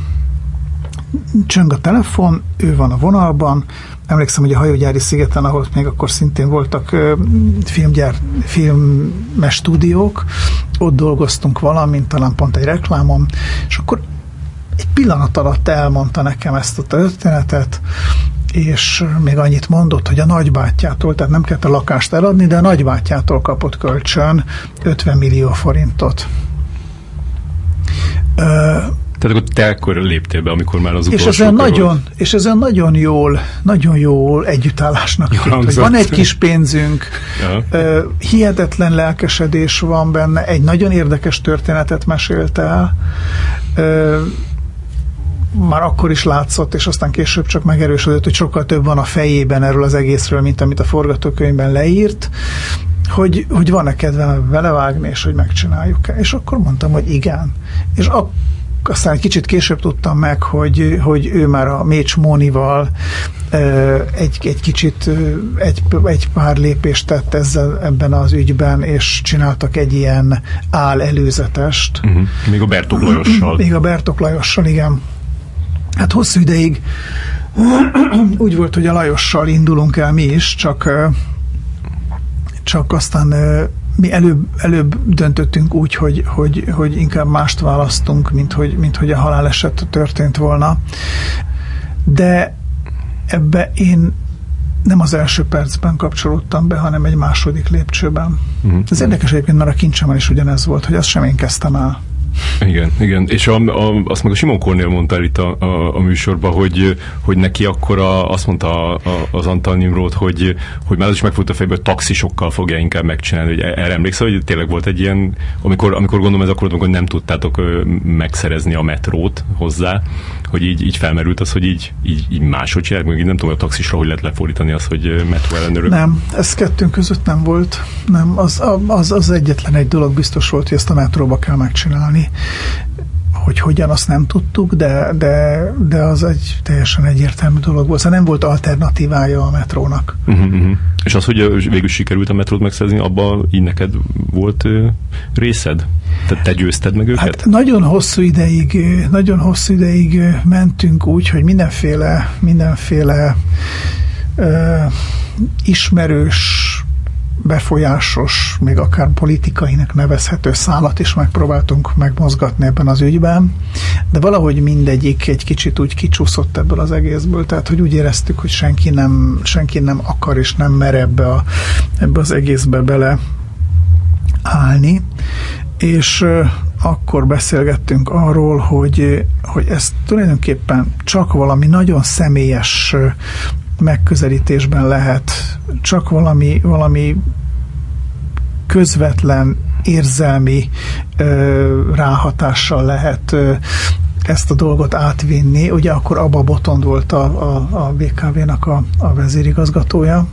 csöng a telefon, ő van a vonalban, emlékszem, hogy a Hajógyári szigeten, ahol még akkor szintén voltak filmgyár, filmes stúdiók, ott dolgoztunk valamint, talán pont egy reklámon, és akkor egy pillanat alatt elmondta nekem ezt a történetet, és még annyit mondott, hogy a nagybátyjától, tehát nem kellett a lakást eladni, de a nagybátyjától kapott kölcsön ötven millió forintot. Ö,
Tehát akkor te akkor léptél be, amikor már az utolsó
és ez olyan nagyon, és ez olyan nagyon jól, nagyon jól együttállásnak tűnt, hogy van egy kis pénzünk, ö, hihetetlen lelkesedés van benne, egy nagyon érdekes történetet mesélt el, ö, már akkor is látszott, és aztán később csak megerősödött, hogy sokkal több van a fejében erről az egészről, mint amit a forgatókönyvben leírt, hogy, hogy van-e kedvem belevágni, és hogy megcsináljuk-e. És akkor mondtam, hogy igen. És akkor aztán egy kicsit később tudtam meg, hogy, hogy ő már a Mécs Mónival egy, egy kicsit egy, egy pár lépést tett ezzel, ebben az ügyben, és csináltak egy ilyen áll előzetest.
Uh-huh. Még a Bertók Lajossal.
Még a Bertók Lajossal, igen. Hát hosszú ideig úgy volt, hogy a Lajossal indulunk el mi is, csak, csak aztán mi előbb, előbb döntöttünk úgy, hogy, hogy, hogy inkább mást választunk, mint hogy, mint hogy a haláleset történt volna. De ebbe én nem az első percben kapcsolódtam be, hanem egy második lépcsőben. Uh-huh. Ez érdekes egyébként, mert a Kincsemel is ugyanez volt, hogy azt sem én kezdtem el.
Igen, igen. És a, a, azt meg a Simon Kornél mondta el itt a, a, a műsorban, hogy, hogy neki akkor a, azt mondta a, a, az Antal Nimród, hogy, hogy már az is megfogta a fejbe, hogy taxisokkal fogja inkább megcsinálni, hogy erre emlékszel, hogy tényleg volt egy ilyen, amikor, amikor gondolom ez akkor, amikor nem tudtátok ö, megszerezni a metrót hozzá, hogy így, így felmerült az, hogy így, így, így máshogy csinálják, még így nem tudom, a taxisra hogy lehet lefordítani azt, hogy metró ellenőrök.
Nem, ez kettőnk között nem volt. Nem, az, az, az egyetlen egy dolog biztos volt, hogy ezt a metróba kell megcsinálni. Hogy hogyan, azt nem tudtuk, de, de, de az egy teljesen egyértelmű dolog volt. Szóval nem volt alternatívája a metrónak.
Uh-huh, uh-huh. És az, hogy végül sikerült a metrót megszerzni, abban így neked volt uh, részed? Tehát te győzted meg őket?
Hát nagyon hosszú ideig, nagyon hosszú ideig mentünk úgy, hogy mindenféle, mindenféle uh, ismerős, befolyásos, még akár politikainak nevezhető szálat is megpróbáltunk megmozgatni ebben az ügyben, de valahogy mindegyik egy kicsit úgy kicsúszott ebből az egészből, tehát hogy úgy éreztük, hogy senki nem, senki nem akar és nem mer ebbe, a, ebbe az egészbe bele állni, és akkor beszélgettünk arról, hogy, hogy ez tulajdonképpen csak valami nagyon személyes megközelítésben lehet, csak valami, valami közvetlen érzelmi ö, ráhatással lehet ö, ezt a dolgot átvinni. Ugye akkor Abba Botond volt a, a, a bé ká vé-nak a, a vezérigazgatója,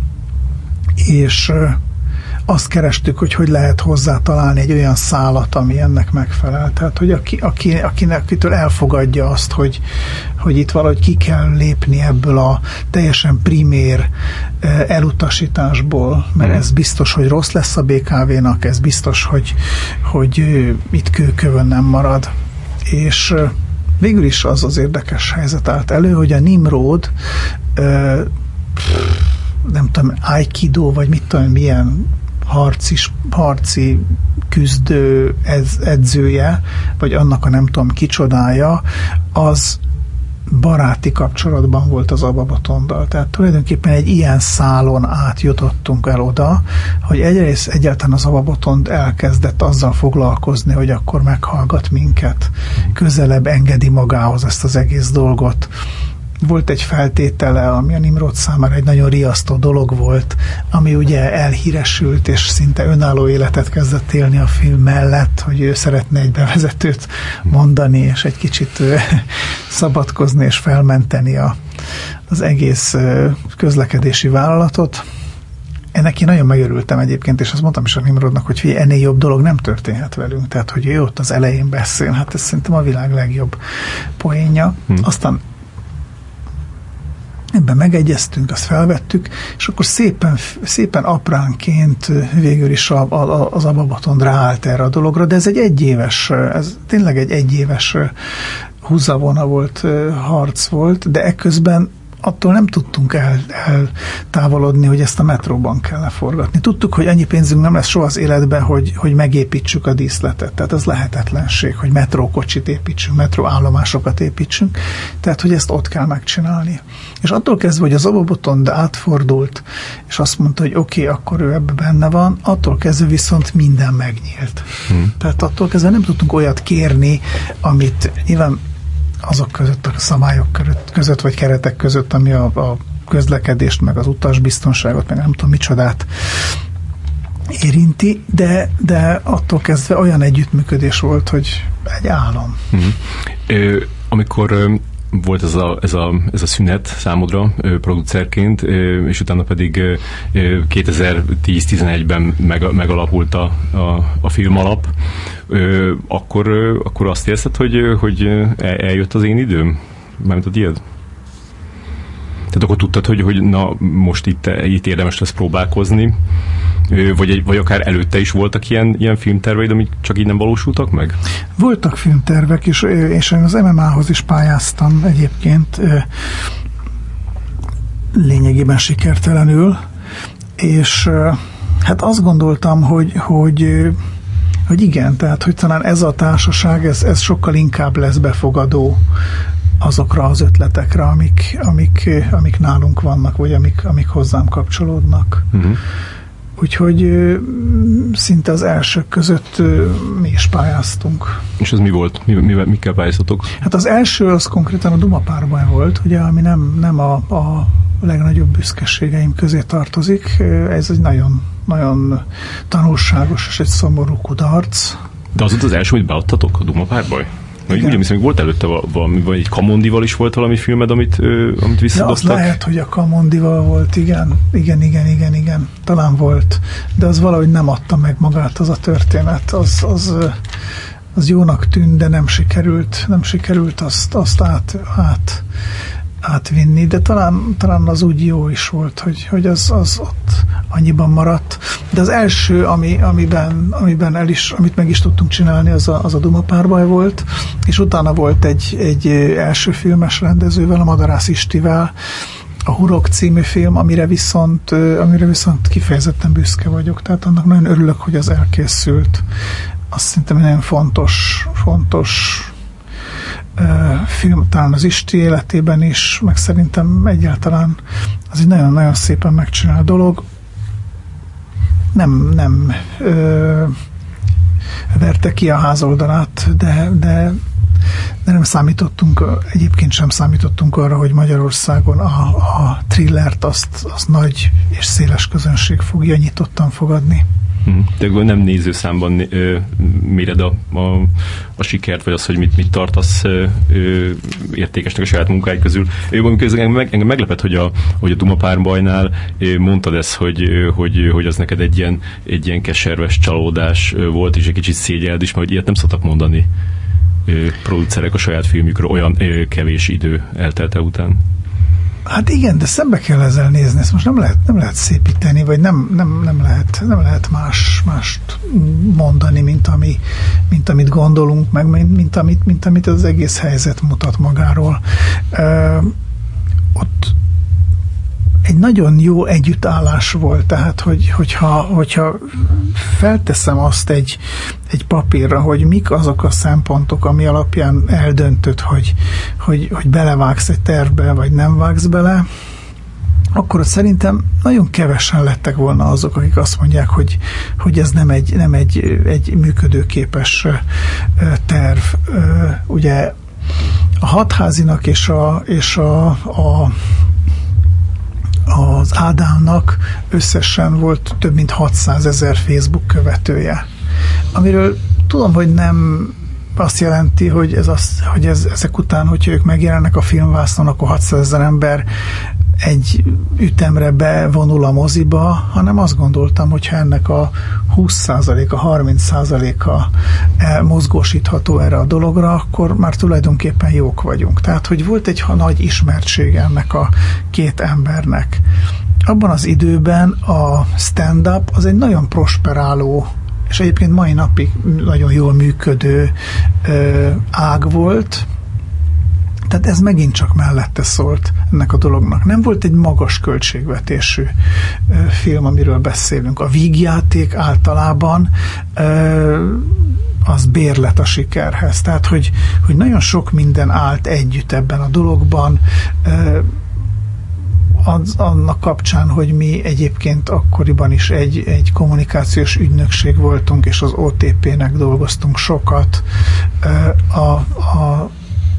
és ö, azt kerestük, hogy hogy lehet hozzá találni egy olyan szálat, ami ennek megfelel. Tehát, hogy aki, aki, akinek, akitől elfogadja azt, hogy, hogy itt valahogy ki kell lépni ebből a teljesen primér elutasításból, mert ez biztos, hogy rossz lesz a bé ká vé-nak, ez biztos, hogy, hogy itt kőkövön nem marad. És végül is az az érdekes helyzet állt elő, hogy a Nimród nem tudom, Aikido, vagy mit tudom, milyen harci, harci küzdő ez, edzője, vagy annak a nem tudom kicsodája, az baráti kapcsolatban volt az Abba Botondal. Tehát tulajdonképpen egy ilyen szálon átjutottunk el oda, hogy egyrészt egyáltalán az Abba Botond elkezdett azzal foglalkozni, hogy akkor meghallgat minket, közelebb engedi magához ezt az egész dolgot. Volt egy feltétele, ami a Nimród számára egy nagyon riasztó dolog volt, ami ugye elhíresült, és szinte önálló életet kezdett élni a film mellett, hogy ő szeretne egy bevezetőt mondani, és egy kicsit szabadkozni, és felmenteni a, az egész közlekedési vállalatot. Ennek én nagyon megörültem egyébként, és azt mondtam is a Nimrodnak, hogy figyelj, ennél jobb dolog nem történhet velünk. Tehát, hogy ő ott az elején beszél, hát ez szerintem a világ legjobb poénja. Hmm. Aztán ebben megegyeztünk, azt felvettük, és akkor szépen, szépen apránként végül is a, a, az Abba Botond ráállt erre a dologra, de ez egy egyéves, ez tényleg egy egyéves húzavona volt, harc volt, de ekközben attól nem tudtunk el, eltávolodni, hogy ezt a metróban kell leforgatni. Tudtuk, hogy annyi pénzünk nem lesz soha az életben, hogy, hogy megépítsük a díszletet. Tehát ez lehetetlenség, hogy metrókocsit építsünk, metróállomásokat építsünk. Tehát, hogy ezt ott kell megcsinálni. És attól kezdve, hogy az Abba Botond átfordult, és azt mondta, hogy oké, okay, akkor ő ebbe benne van, attól kezdve viszont minden megnyílt. Hmm. Tehát attól kezdve nem tudtunk olyat kérni, amit nyilván azok között, a szabályok között, vagy keretek között, ami a, a közlekedést, meg az utasbiztonságot, meg nem tudom micsodát érinti, de, de attól kezdve olyan együttműködés volt, hogy egy álom.
Mm-hmm. Ö, amikor ö, volt ez a, ez a, ez a szünet számodra producerként, és utána pedig kétezer-tíz-tizenegyben meg, megalapult a, a, a filmalap, akkor, akkor azt érzed, hogy, hogy eljött az én időm? Mármint a tiéd? Tehát akkor tudtad, hogy, hogy na, most itt, itt érdemes lesz próbálkozni, vagy, egy, vagy akár előtte is voltak ilyen, ilyen filmterveid, amik csak így nem valósultak meg?
Voltak filmtervek, és, és én az em em á-hoz is pályáztam egyébként lényegében sikertelenül, és hát azt gondoltam, hogy, hogy, hogy igen, tehát hogy talán ez a társaság, ez, ez sokkal inkább lesz befogadó azokra az ötletekre, amik, amik, amik nálunk vannak, vagy amik, amik hozzám kapcsolódnak. Uh-huh. Úgyhogy szinte az elsők között mi is pályáztunk.
És ez mi volt? Mi, mi, mikkel pályáztatok?
Hát az első az konkrétan a Duma párbaj volt, ugye, ami nem, nem a, a legnagyobb büszkeségeim közé tartozik. Ez egy nagyon, nagyon tanulságos és egy szomorú kudarc.
De az volt az első, amit beadtatok, a Duma párbaj? Úgy hiszem, hogy volt előtte valami, vagy egy Kamondival is volt valami filmed, amit, ö, amit visszadobtak?
Ja, az lehet, hogy a Kamondival volt, igen. Igen, igen, igen, igen. Talán volt. De az valahogy nem adta meg magát az a történet. Az, az, az jónak tűnt, de nem sikerült, nem sikerült azt, azt át, át, átvinni. De talán, talán az úgy jó is volt, hogy, hogy az, az ott annyiban maradt. De az első, ami, amiben, amiben el is, amit meg is tudtunk csinálni, az a, az a Duma párbaj volt, és utána volt egy, egy első filmes rendezővel, a Madarász Istivel, a Hurok című film, amire viszont, amire viszont kifejezetten büszke vagyok. Tehát annak nagyon örülök, hogy az elkészült. Azt szerintem nagyon fontos, fontos film, talán az Isti életében is, meg szerintem egyáltalán az egy nagyon-nagyon szépen megcsinál dolog. Nem, nem ö, verte ki a házoldalát, de, de, de nem számítottunk, egyébként sem számítottunk arra, hogy Magyarországon a, a thrillert azt, azt nagy és széles közönség fogja nyitottan fogadni.
De nem nézőszámban ö, méred a, a, a sikert, vagy az, hogy mit, mit tartasz ö, ö, értékesnek a saját munkáid közül. Engem, meg, engem meglepett, hogy a, hogy a Duma párbajnál mondtad ezt, hogy, hogy, hogy az neked egy ilyen, egy ilyen keserves csalódás volt, és egy kicsit szégyeld is, mert hogy ilyet nem szoktak mondani ö, producerek a saját filmjükről olyan ö, kevés idő eltelte után.
Hát igen, de szembe kell ezzel nézni, ezt most nem lehet, nem lehet szépíteni, vagy nem, nem, nem, lehet, nem lehet más, mást mondani, mint, ami, mint amit gondolunk, meg mint, mint, amit, mint amit az egész helyzet mutat magáról. Ö, ott egy nagyon jó együttállás volt, tehát hogy, hogyha, hogyha felteszem azt egy, egy papírra, hogy mik azok a szempontok, ami alapján eldöntöd, hogy, hogy, hogy belevágsz egy tervbe, vagy nem vágsz bele, akkor szerintem nagyon kevesen lettek volna azok, akik azt mondják, hogy, hogy ez nem egy, nem egy, egy működőképes terv. Ugye a Hatházinak és a, és a, a az Ádámnak összesen volt több mint hatszázezer Facebook követője. Amiről tudom, hogy nem azt jelenti, hogy, ez az, hogy ez, ezek után, hogyha ők megjelennek a filmvásznon, akkor hatszázezer ember egy ütemre bevonul a moziba, hanem azt gondoltam, hogyha ennek a húsz százaléka, harminc százaléka mozgósítható erre a dologra, akkor már tulajdonképpen jók vagyunk. Tehát, hogy volt egy nagy ismertsége ennek a két embernek. Abban az időben a stand-up az egy nagyon prosperáló, és egyébként mai napig nagyon jól működő ö, ág volt. Tehát ez megint csak mellette szólt ennek a dolognak. Nem volt egy magas költségvetésű ö, film, amiről beszélünk. A vígjáték általában ö, az bérlet a sikerhez. Tehát, hogy, hogy nagyon sok minden állt együtt ebben a dologban, ö, az, annak kapcsán, hogy mi egyébként akkoriban is egy, egy kommunikációs ügynökség voltunk, és az o té pé-nek dolgoztunk sokat. A, a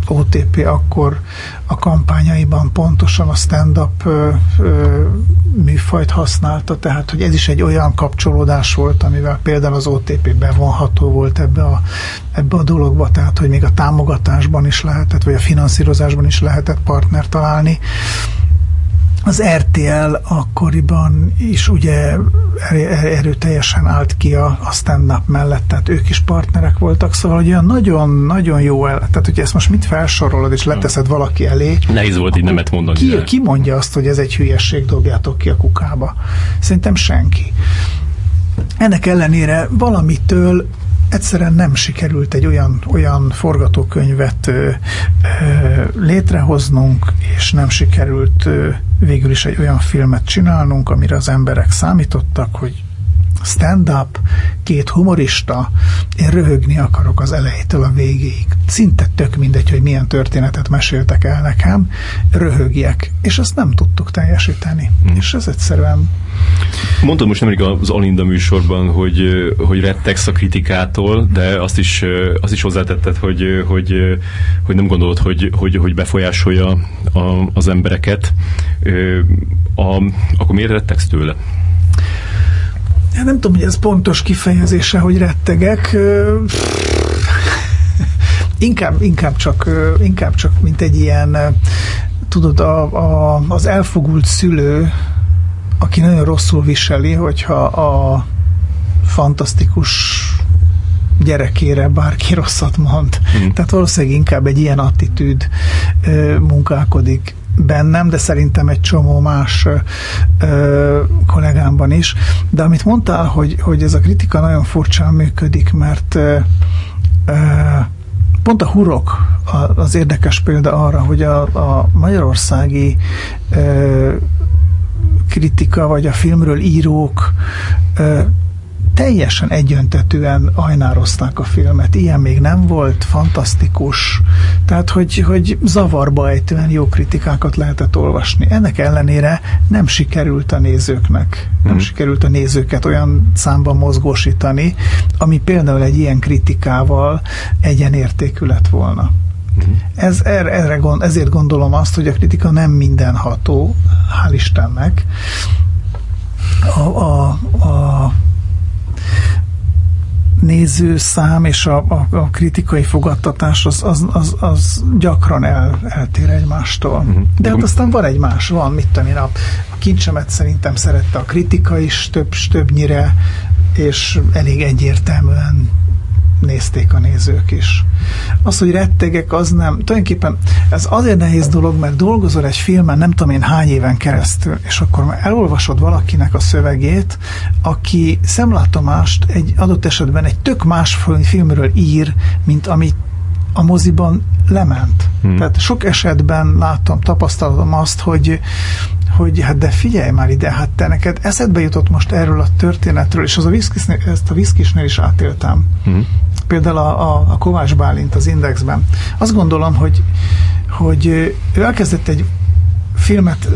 o té pé akkor a kampányaiban pontosan a stand-up ö, ö, műfajt használta, tehát hogy ez is egy olyan kapcsolódás volt, amivel például az o té pé bevonható volt ebbe a, ebbe a dologba, tehát hogy még a támogatásban is lehetett, vagy a finanszírozásban is lehetett partner találni. Az er té el akkoriban is ugye erőteljesen állt ki a, a stand-up mellett, tehát ők is partnerek voltak, szóval hogy olyan nagyon-nagyon jó el, tehát hogyha ezt most mit felsorolod, és leteszed valaki elé.
Nehéz volt így nemet mondani.
Ki, ki mondja azt, hogy ez egy hülyesség, dobjátok ki a kukába? Szerintem senki. Ennek ellenére valamitől egyszerűen nem sikerült egy olyan, olyan forgatókönyvet ö, ö, létrehoznunk, és nem sikerült ö, végül is egy olyan filmet csinálnunk, amire az emberek számítottak, hogy stand-up, két humorista, én röhögni akarok az elejétől a végéig. Szinte tök mindegy, hogy milyen történetet meséltek el nekem, röhögjek, és azt nem tudtuk teljesíteni. Hmm. És ez egyszerűen...
Mondtad most nemrég az Alinda műsorban, hogy, hogy rettegsz a kritikától, de azt is, azt is hozzátetted, hogy, hogy, hogy nem gondolod, hogy, hogy, hogy befolyásolja a, az embereket. A, akkor miért rettegsz tőle?
Nem tudom, hogy ez pontos kifejezése, hogy rettegek. Inkább, inkább, csak, inkább csak, mint egy ilyen, tudod, a, a, az elfogult szülő, aki nagyon rosszul viseli, hogyha a fantasztikus gyerekére bárki rosszat mond. Mm. Tehát valószínűleg inkább egy ilyen attitűd munkálkodik bennem, de szerintem egy csomó más ö, kollégámban is. De amit mondtál, hogy, hogy ez a kritika nagyon furcsán működik, mert ö, ö, pont a hurok az érdekes példa arra, hogy a, a magyarországi ö, kritika, vagy a filmről írók ö, teljesen egyöntetűen ajnározták a filmet. Ilyen még nem volt, fantasztikus. Tehát, hogy, hogy zavarba ejtően jó kritikákat lehetett olvasni. Ennek ellenére nem sikerült a nézőknek, nem mm. sikerült a nézőket olyan számban mozgósítani, ami például egy ilyen kritikával egyenértékű lett volna. Mm. Ez, erre, gond, ezért gondolom azt, hogy a kritika nem mindenható, hál' Istennek. A, a, a nézőszám és a, a, a kritikai fogadtatás az, az, az, az gyakran el, eltér egymástól. Uh-huh. De hát aztán van egy más, van, mit tudom én, a, a Kincsemet szerintem szerette a kritika is több, többnyire, és elég egyértelműen nézték a nézők is. Az, hogy rettegek, az nem. Tulajdonképpen ez azért nehéz dolog, mert dolgozol egy filmen nem tudom én hány éven keresztül, és akkor elolvasod valakinek a szövegét, aki szemlátomást egy adott esetben egy tök más filmről ír, mint amit a moziban lement. Hmm. Tehát sok esetben látom, tapasztalom azt, hogy hogy hát de figyelj már ide, hát te neked eszedbe jutott most erről a történetről, és az a Viszkisnél, ezt a Viszkisnél is átéltem. Hmm. Például a, a, a Kovács Bálint az Indexben. Azt gondolom, hogy, hogy ő elkezdett egy filmet,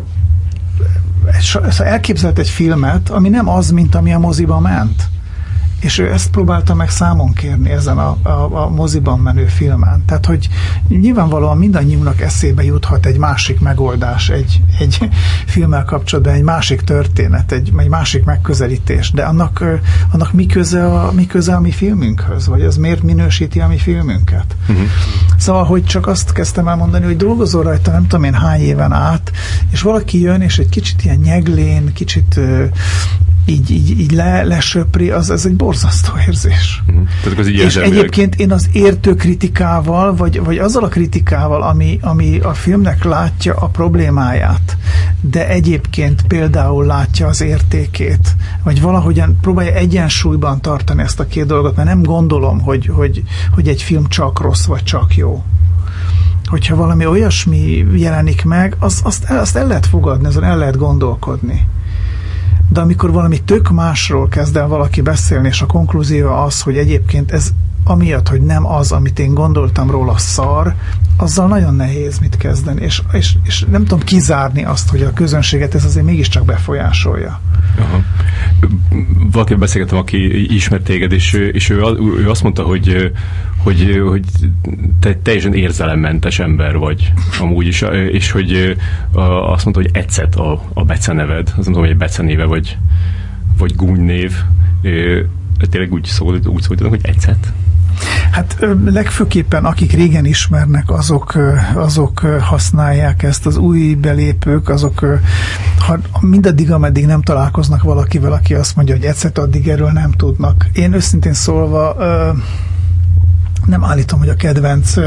elképzelt egy filmet, ami nem az, mint ami a moziba ment. És ő ezt próbálta meg számon kérni ezen a, a, a moziban menő filmen. Tehát, hogy nyilvánvalóan mindannyiunknak eszébe juthat egy másik megoldás, egy, egy filmmel kapcsolatban, egy másik történet, egy, egy másik megközelítés, de annak, annak mi, köze a, mi köze a mi filmünkhöz, vagy az miért minősíti a mi filmünket. Uh-huh. Szóval, hogy csak azt kezdtem el mondani, hogy dolgozol rajta nem tudom én hány éven át, és valaki jön, és egy kicsit ilyen nyeglén, kicsit így, így, így le, lesöpri, az, ez egy borzasztó érzés. Uh-huh. Tehát az így és egyébként én az értő kritikával, vagy, vagy azzal a kritikával, ami, ami a filmnek látja a problémáját, de egyébként például látja az értékét, vagy valahogyan próbálja egyensúlyban tartani ezt a két dolgot, mert nem gondolom, hogy, hogy, hogy egy film csak rossz, vagy csak jó. Hogyha valami olyasmi jelenik meg, az, azt, azt el lehet fogadni, azon el lehet gondolkodni. De amikor valami tök másról kezd el valaki beszélni, és a konklúzió az, hogy egyébként ez amiatt, hogy nem az, amit én gondoltam róla szar, azzal nagyon nehéz mit kezdeni, és, és, és nem tudom kizárni azt, hogy a közönséget ez azért mégiscsak befolyásolja.
Aha. Valakivel beszélgettem, aki ismert téged, és, és ő, ő azt mondta, hogy, hogy, hogy te teljesen érzelemmentes ember vagy amúgy is, és hogy azt mondta, hogy Ecet a, a beceneved. Azt mondom, hogy egy becenéve vagy, vagy gúnynév. Tényleg úgy szólt, úgy szólítanak, hogy Ecet?
Hát legfőképpen akik régen ismernek, azok, azok használják ezt, az új belépők, azok ha mindaddig, ameddig nem találkoznak valakivel, aki azt mondja, hogy Ecet, addig erről nem tudnak. Én őszintén szólva nem állítom, hogy a kedvenc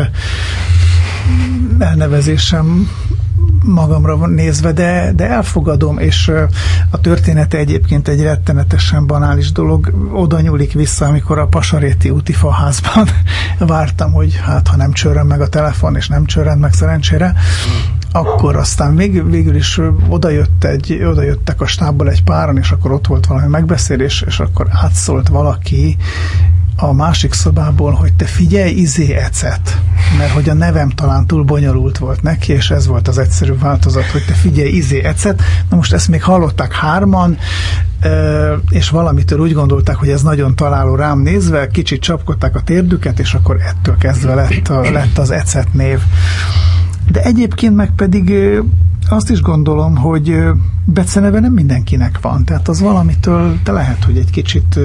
elnevezésem magamra nézve, de, de elfogadom, és a története egyébként egy rettenetesen banális dolog. Oda nyúlik vissza, amikor a Pasaréti úti faházban vártam, hogy hát ha nem csörren meg a telefon, és nem csörrend meg szerencsére, akkor aztán vég, végül is odajött egy, odajöttek a stábból egy páran, és akkor ott volt valami megbeszélés, és akkor átszólt valaki a másik szobából, hogy te figyelj, izé Ecet, mert hogy a nevem talán túl bonyolult volt neki, és ez volt az egyszerű változat, hogy te figyelj, izé Ecet. Na most ezt még hallották hárman, és valamitől úgy gondolták, hogy ez nagyon találó rám nézve, kicsit csapkodták a térdüket, és akkor ettől kezdve lett, a, lett az Ecet név. De egyébként meg pedig azt is gondolom, hogy beceneve nem mindenkinek van, tehát az valamitől, de lehet, hogy egy kicsit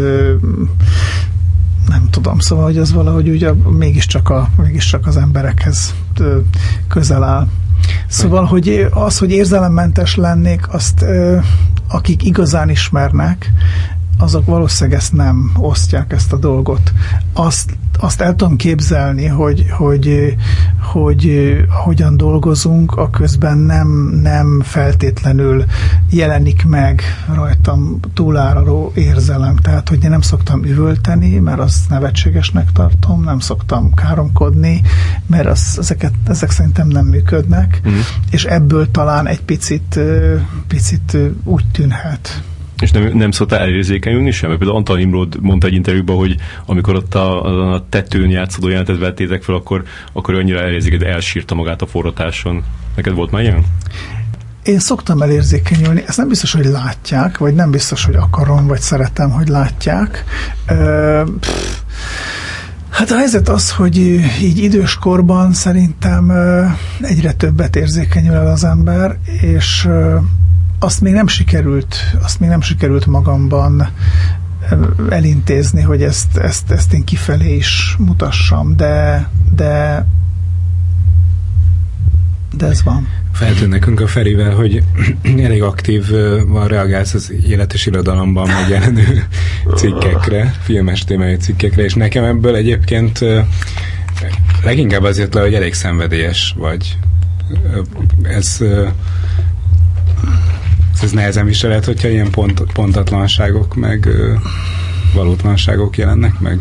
nem tudom, szóval, hogy az valahogy úgy a, mégiscsak, a, mégiscsak az emberekhez ö, közel áll. Szóval, hogy az, hogy érzelemmentes lennék, azt ö, akik igazán ismernek, azok valószínűleg ezt nem osztják, ezt a dolgot. Azt, azt el tudom képzelni, hogy, hogy, hogy hogyan dolgozunk, aközben nem, nem feltétlenül jelenik meg rajtam túláraró érzelem. Tehát, hogy én nem szoktam üvölteni, mert azt nevetségesnek tartom, nem szoktam káromkodni, mert az, ezeket, ezek szerintem nem működnek, mm. és ebből talán egy picit, picit úgy tűnhet.
És nem, nem szoktál elérzékenyülni sem? Például Antal Imród mondta egy interjúban, hogy amikor ott a, a tetőn játszódó jelentet vettétek fel, akkor, akkor annyira elérzékeny, de elsírta magát a forratáson. Neked volt már ilyen?
Én szoktam elérzékenyülni, ezt nem biztos, hogy látják, vagy nem biztos, hogy akarom, vagy szeretem, hogy látják. Ö, pff, hát a helyzet az, hogy így időskorban szerintem egyre többet érzékenyül el az ember, és azt még nem sikerült, azt még nem sikerült magamban elintézni, hogy ezt, ezt, ezt én kifelé is mutassam, de, de, de ez van.
Feltűnt nekünk a Ferivel, hogy elég aktív van, reagálsz az életes irodalomban megjelenő cikkekre, filmes témájú cikkekre, és nekem ebből egyébként leginkább azért le, hogy elég szenvedélyes vagy. Ez Ez nehezen viselhet, hogyha ilyen pont, pontatlanságok, meg ö, valótlanságok jelennek meg?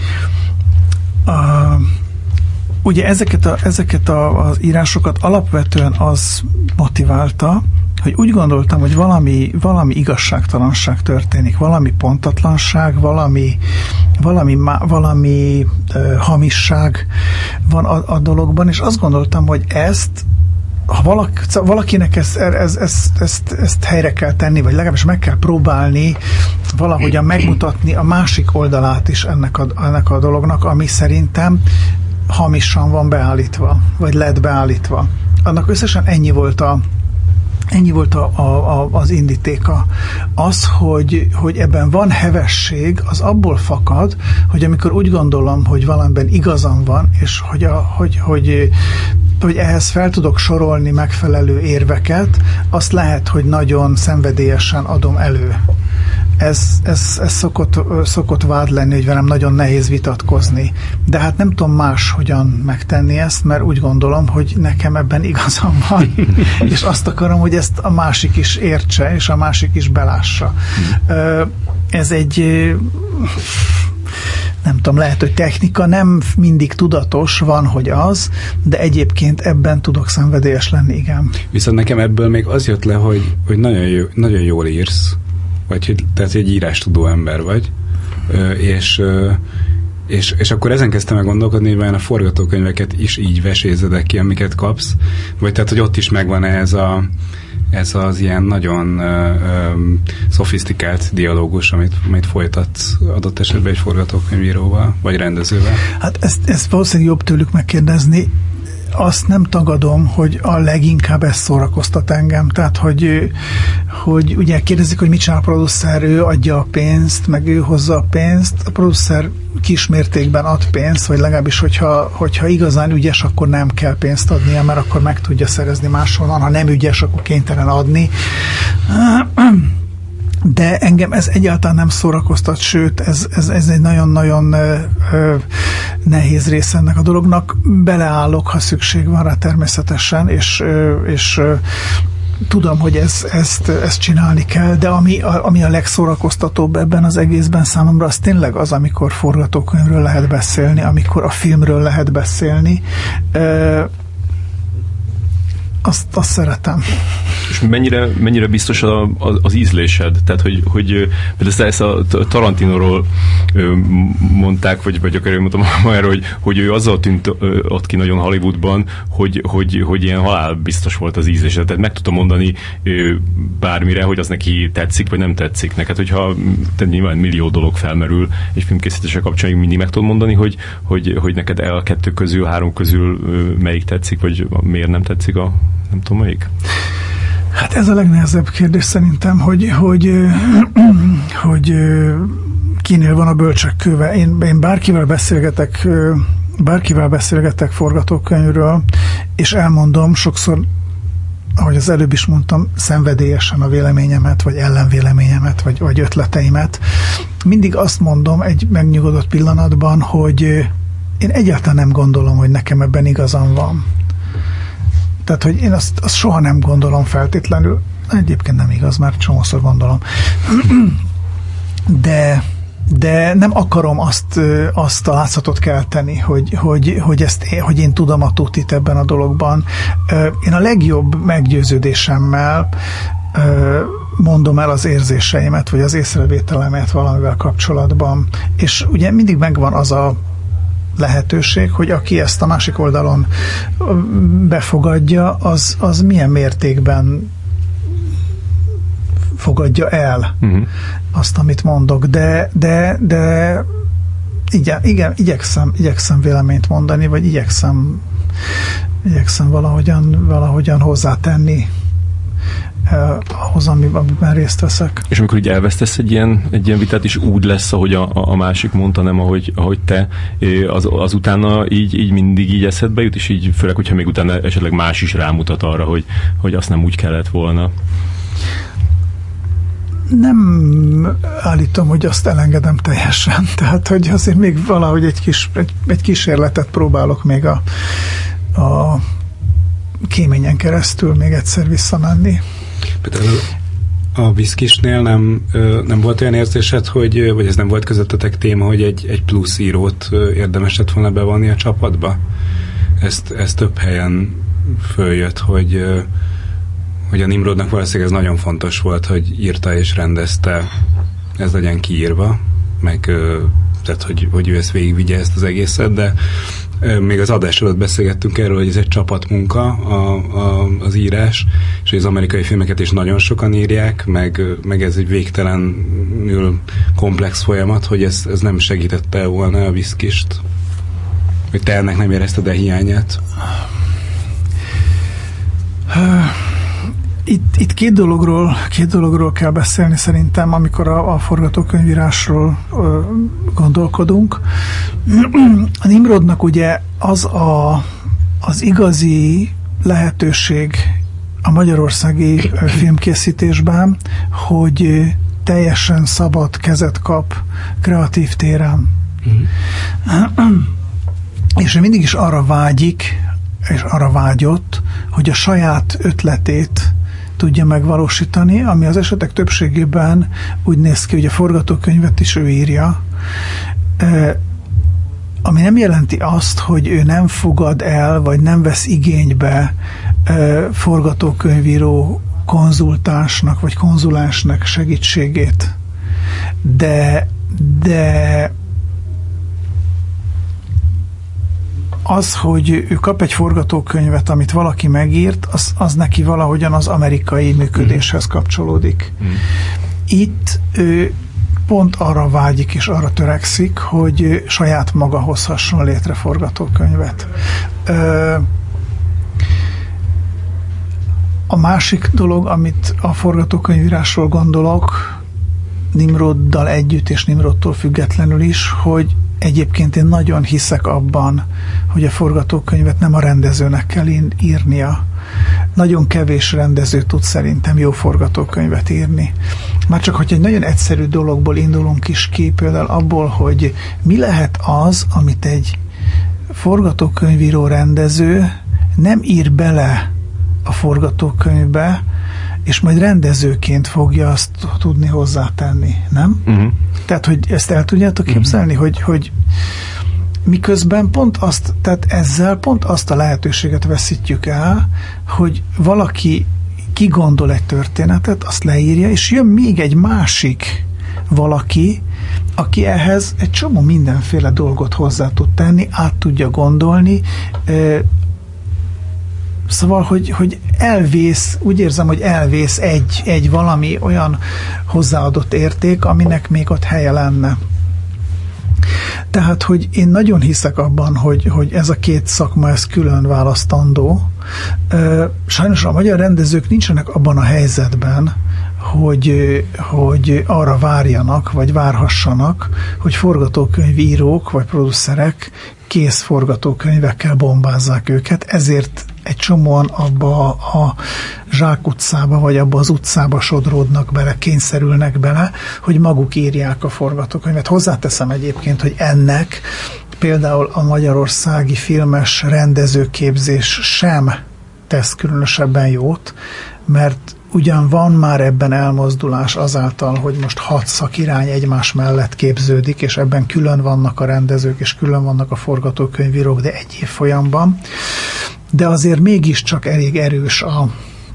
Uh, ugye ezeket, a, ezeket a, az írásokat alapvetően az motiválta, hogy úgy gondoltam, hogy valami, valami igazságtalanság történik, valami pontatlanság, valami, valami, valami uh, hamisság van a, a dologban, és azt gondoltam, hogy ezt ha valaki, valakinek ezt, ezt, ezt, ezt, ezt helyre kell tenni, vagy legalábbis meg kell próbálni valahogyan megmutatni a másik oldalát is ennek a, ennek a dolognak, ami szerintem hamisan van beállítva, vagy lett beállítva. Annak összesen ennyi volt a Ennyi volt a, a, a, az indítéka. Az, hogy, hogy ebben van hevesség, az abból fakad, hogy amikor úgy gondolom, hogy valamiben igazam van, és hogy, a, hogy, hogy, hogy ehhez fel tudok sorolni megfelelő érveket, azt lehet, hogy nagyon szenvedélyesen adom elő. Ez, ez, ez szokott, szokott vád lenni, hogy velem nagyon nehéz vitatkozni. De hát nem tudom más hogyan megtenni ezt, mert úgy gondolom, hogy nekem ebben igazam van, és azt akarom, hogy ezt a másik is értse, és a másik is belássa. Ez egy, nem tudom, lehet, hogy technika, nem mindig tudatos, van, hogy az, de egyébként ebben tudok szenvedélyes lenni, igen.
Viszont nekem ebből még az jött le, hogy, hogy nagyon, jó, nagyon jól írsz, vagy hogy tehát egy írástudó ember vagy, és, és, és akkor ezen kezdtem meg gondolkodni, hogy vajon a forgatókönyveket is így vesézed ki, amiket kapsz, vagy tehát, hogy ott is megvan ez a, ez az ilyen nagyon ö, ö, szofisztikált dialógus, amit, amit folytat adott esetben egy forgatókönyvíróval, vagy rendezővel?
Hát ezt, ezt valószínűleg jobb tőlük megkérdezni. Azt nem tagadom, hogy a leginkább ez szórakoztat engem. Tehát, hogy, hogy ugye kérdezik, hogy mit csinál a producer, ő adja a pénzt, meg ő hozza a pénzt. A producer kismértékben ad pénzt, vagy legalábbis, hogyha, hogyha igazán ügyes, akkor nem kell pénzt adnia, mert akkor meg tudja szerezni máshonnan. Ha nem ügyes, akkor kénytelen adni. De engem ez egyáltalán nem szórakoztat, sőt, ez, ez, ez egy nagyon-nagyon ö, nehéz része ennek a dolognak. Beleállok, ha szükség van rá természetesen, és, ö, és ö, tudom, hogy ez, ezt, ezt csinálni kell, de ami a, ami a legszórakoztatóbb ebben az egészben számomra, az tényleg az, amikor forgatókönyvről lehet beszélni, amikor a filmről lehet beszélni. Ö, Azt, azt szeretem.
És mennyire, mennyire biztos a, a, az ízlésed? Tehát, hogy, hogy például ezt a Tarantinóról mondták, vagy, vagy akár én mondtam már, hogy, hogy ő azzal tűnt ott ki nagyon Hollywoodban, hogy, hogy, hogy ilyen halálbiztos volt az ízlése. Tehát meg tudta mondani bármire, hogy az neki tetszik, vagy nem tetszik. Neked, hogyha nyilván millió dolog felmerül egy filmkészítése kapcsán, mindig meg tudod mondani, hogy, hogy, hogy neked el a kettő közül, három közül melyik tetszik, vagy miért nem tetszik a nem tudom melyik?
Hát ez a legnehezebb kérdés szerintem, hogy, hogy, hogy kinél van a bölcsek köve. Én, én bárkivel beszélgetek, bárkivel beszélgetek forgatókönyvről, és elmondom sokszor, ahogy az előbb is mondtam, szenvedélyesen a véleményemet, vagy ellenvéleményemet, vagy, vagy ötleteimet. Mindig azt mondom egy megnyugodott pillanatban, hogy én egyáltalán nem gondolom, hogy nekem ebben igazam van. Tehát, hogy én azt, azt soha nem gondolom feltétlenül. Egyébként nem igaz, mert csomószor gondolom. De, de nem akarom azt, azt a látszatot kelteni, hogy, hogy, hogy, ezt, hogy én tudom a tutit ebben a dologban. Én a legjobb meggyőződésemmel mondom el az érzéseimet, vagy az észrevételemet valamivel kapcsolatban. És ugye mindig megvan az a lehetőség, hogy aki ezt a másik oldalon befogadja, az, az milyen mértékben fogadja el uh-huh. azt, amit mondok. De, de, de igen, igen igyekszem, igyekszem véleményt mondani, vagy igyekszem, igyekszem valahogyan, valahogyan hozzátenni eh, ahhoz, amiben részt veszek.
És amikor így elvesztesz egy ilyen, egy ilyen vitát, és úgy lesz, ahogy a, a másik mondta, nem ahogy, ahogy te, az, az utána így, így mindig így eszedbe jut, és így főleg, hogyha még utána esetleg más is rámutat arra, hogy, hogy azt nem úgy kellett volna.
Nem állítom, hogy azt elengedem teljesen. Tehát, hogy azért még valahogy egy, kis, egy, egy kísérletet próbálok még a, a kéményen keresztül még egyszer visszamenni.
Például a viszkisnél nem, nem volt olyan érzésed, hogy, vagy ez nem volt közöttetek téma, hogy egy, egy plusz írót érdemes lett volna bevonni a csapatba? Ezt, ezt több helyen följött, hogy, hogy a Nimrodnak valószínűleg ez nagyon fontos volt, hogy írta és rendezte, ez legyen kiírva, meg tehát, hogy, hogy ő ezt végigvigye ezt az egészet, de még az adás előtt beszélgettünk erről, hogy ez egy csapatmunka a, a, az írás, és az amerikai filmeket is nagyon sokan írják, meg, meg ez egy végtelenül komplex folyamat, hogy ez, ez nem segítette volna a viszkist? Hogy te ennek nem érezted a hiányát?
Itt, itt két dologról, két dologról kell beszélni szerintem, amikor a, a forgatókönyvírásról ö, gondolkodunk. A Nimrodnak ugye az a, az igazi lehetőség a magyarországi filmkészítésben, hogy teljesen szabad kezet kap kreatív téren. Mm. És ő mindig is arra vágyik, és arra vágyott, hogy a saját ötletét tudja megvalósítani, ami az esetek többségében úgy néz ki, hogy a forgatókönyvet is ő írja, ami nem jelenti azt, hogy ő nem fogad el, vagy nem vesz igénybe forgatókönyvíró konzultánsnak, vagy konzulásnak segítségét. De, de az, hogy ő kap egy forgatókönyvet, amit valaki megírt, az, az neki valahogyan az amerikai működéshez kapcsolódik. Mm. Itt ő pont arra vágyik és arra törekszik, hogy saját maga hozhasson létre forgatókönyvet. A másik dolog, amit a forgatókönyvírásról gondolok, Nimroddal együtt és Nimrodtól függetlenül is, hogy egyébként én nagyon hiszek abban, hogy a forgatókönyvet nem a rendezőnek kell írnia. Nagyon kevés rendező tud szerintem jó forgatókönyvet írni. Már csak, hogy egy nagyon egyszerű dologból indulunk is ki, például abból, hogy mi lehet az, amit egy forgatókönyvíró rendező nem ír bele a forgatókönyvbe, és majd rendezőként fogja azt tudni hozzátenni, nem? Uh-huh. Tehát, hogy ezt el tudjátok képzelni, uh-huh. hogy, hogy miközben pont azt, tehát ezzel pont azt a lehetőséget veszítjük el, hogy valaki kigondol egy történetet, azt leírja, és jön még egy másik valaki, aki ehhez egy csomó mindenféle dolgot hozzá tud tenni, át tudja gondolni, szóval, hogy, hogy elvész, úgy érzem, hogy elvész egy, egy valami olyan hozzáadott érték, aminek még ott helye lenne. Tehát, hogy én nagyon hiszek abban, hogy, hogy ez a két szakma, ez külön választandó. Sajnos a magyar rendezők nincsenek abban a helyzetben, hogy, hogy arra várjanak, vagy várhassanak, hogy forgatókönyvírók, vagy producerek kész forgatókönyvekkel bombázzák őket, ezért egy csomóan abba a zsákutcába, vagy abba az utcába sodródnak bele, kényszerülnek bele, hogy maguk írják a forgatókönyvet. Hozzáteszem egyébként, hogy ennek például a magyarországi filmes rendezőképzés sem tesz különösebben jót, mert ugyan van már ebben elmozdulás azáltal, hogy most hat szakirány egymás mellett képződik, és ebben külön vannak a rendezők, és külön vannak a forgatókönyvírók, de egy évfolyamban. De azért mégiscsak elég erős a,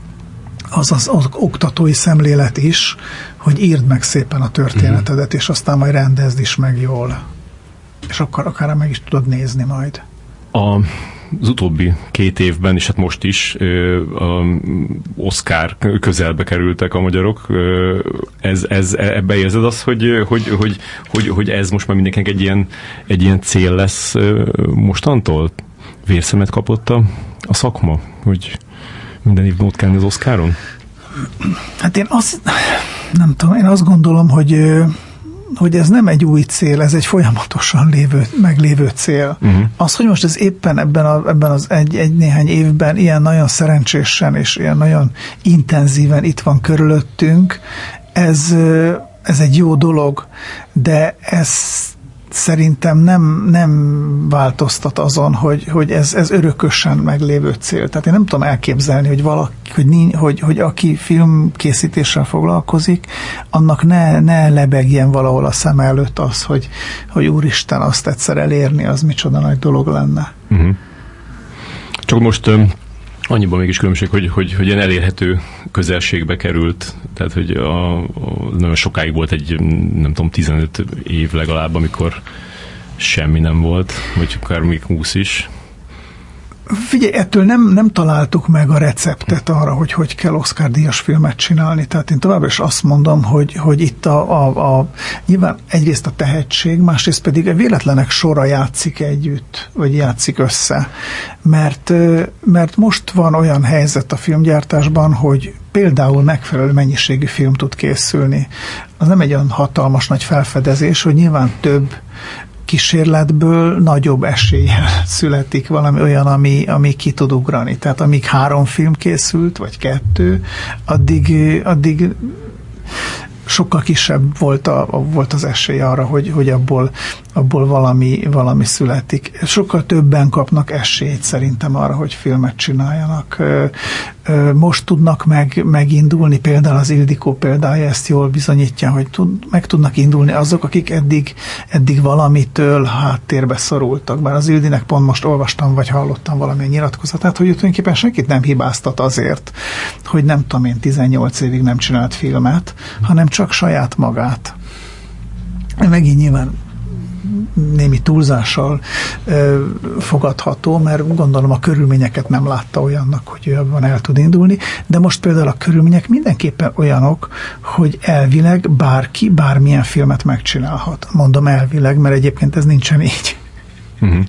az, az, az oktatói szemlélet is, hogy írd meg szépen a történetedet, és aztán majd rendezd is meg jól. És akkor akár meg is tudod nézni majd.
A Az utóbbi két évben, és hát most is a Oscar közelbe kerültek a magyarok. Ez, ez, ebbe érzed azt, hogy, hogy, hogy, hogy, hogy ez most már mindenkinek egy ilyen, egy ilyen cél lesz mostantól? Vérszemet kapott a, a szakma, hogy minden év nót kellene az Oscaron?
Hát én azt nem tudom, én azt gondolom, hogy hogy ez nem egy új cél, ez egy folyamatosan lévő, meglévő cél. Uh-huh. Az, hogy most ez éppen ebben, a, ebben az egy, egy néhány évben ilyen nagyon szerencsésen és ilyen nagyon intenzíven itt van körülöttünk, ez, ez egy jó dolog, de ez szerintem nem, nem változtat azon, hogy, hogy ez, ez örökösen meglévő cél. Tehát én nem tudom elképzelni, hogy valaki, hogy, hogy, hogy aki filmkészítéssel foglalkozik, annak ne, ne lebegjen valahol a szem előtt az, hogy, hogy úristen, azt egyszer elérni, az micsoda nagy dolog lenne. Uh-huh.
Csak most annyiban mégis különbség, hogy, hogy, hogy ilyen elérhető közelségbe került, tehát hogy a, a, nagyon sokáig volt egy, nem tudom, tizenöt év legalább, amikor semmi nem volt, vagy akár még húsz is.
Figyelj, ettől nem, nem találtuk meg a receptet arra, hogy hogy kell Oscar-díjas filmet csinálni. Tehát én továbbra is azt mondom, hogy, hogy itt a, a, a nyilván egyrészt a tehetség, másrészt pedig a véletlenek sora játszik együtt, vagy játszik össze. Mert, mert most van olyan helyzet a filmgyártásban, hogy például megfelelő mennyiségű film tud készülni. Az nem egy olyan hatalmas nagy felfedezés, hogy nyilván több kísérletből nagyobb eséllyel születik valami olyan, ami, ami ki tud ugrani. Tehát amíg három film készült, vagy kettő, addig, addig sokkal kisebb volt, a, volt az esély arra, hogy, hogy abból, abból valami, valami születik. Sokkal többen kapnak esélyt szerintem arra, hogy filmet csináljanak. Most tudnak meg, megindulni, például az Ildikó példája ezt jól bizonyítja, hogy tud, meg tudnak indulni azok, akik eddig, eddig valamitől háttérbe szorultak. Bár az Ildinek pont most olvastam, vagy hallottam valamilyen nyilatkozatát, hogy tulajdonképpen senkit nem hibáztat azért, hogy nem tudom én, tizennyolc évig nem csinált filmet, hanem csak saját magát. Megint nyilván némi túlzással fogadható, mert gondolom a körülményeket nem látta olyannak, hogy ő abban el tud indulni, de most például a körülmények mindenképpen olyanok, hogy elvileg bárki bármilyen filmet megcsinálhat. Mondom elvileg, mert egyébként ez nincsen így.
Uh-huh.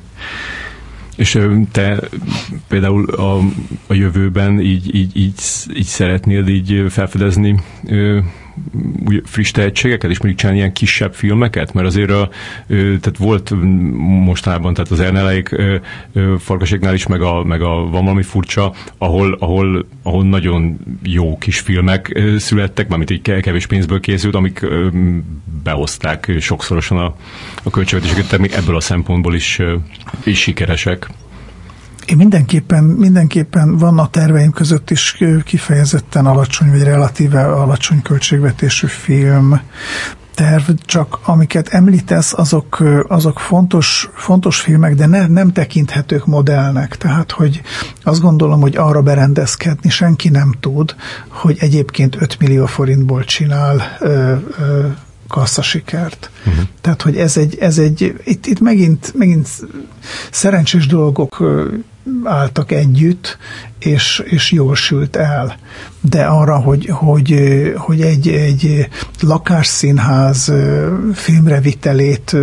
És te például a, a jövőben így, így, így, így szeretnéd így felfedezni ö, új, friss tehetségeket, és mondjuk csinálni ilyen kisebb filmeket? Mert azért a, ö, tehát volt mostanában, tehát az Erneleik Farkaséknál is, meg a, meg a Van valami furcsa, ahol, ahol, ahol nagyon jó kis filmek ö, születtek, mármint így kevés pénzből készült, amik ö, behozták sokszorosan a, a költségvetéseket, tehát még ebből a szempontból is, ö, is sikeresek.
Én mindenképpen, mindenképpen van a terveim között is kifejezetten alacsony, vagy relatíve alacsony költségvetésű film terv, csak amiket említesz, azok, azok fontos, fontos filmek, de ne, nem tekinthetők modellnek. Tehát, hogy azt gondolom, hogy arra berendezkedni senki nem tud, hogy egyébként öt millió forintból csinál ö, ö, kasszasikert. Uh-huh. Tehát, hogy ez egy, ez egy itt, itt megint, megint szerencsés dolgok álltak együtt, és, és jól sült el. De arra, hogy, hogy, hogy egy, egy lakásszínház filmrevitelét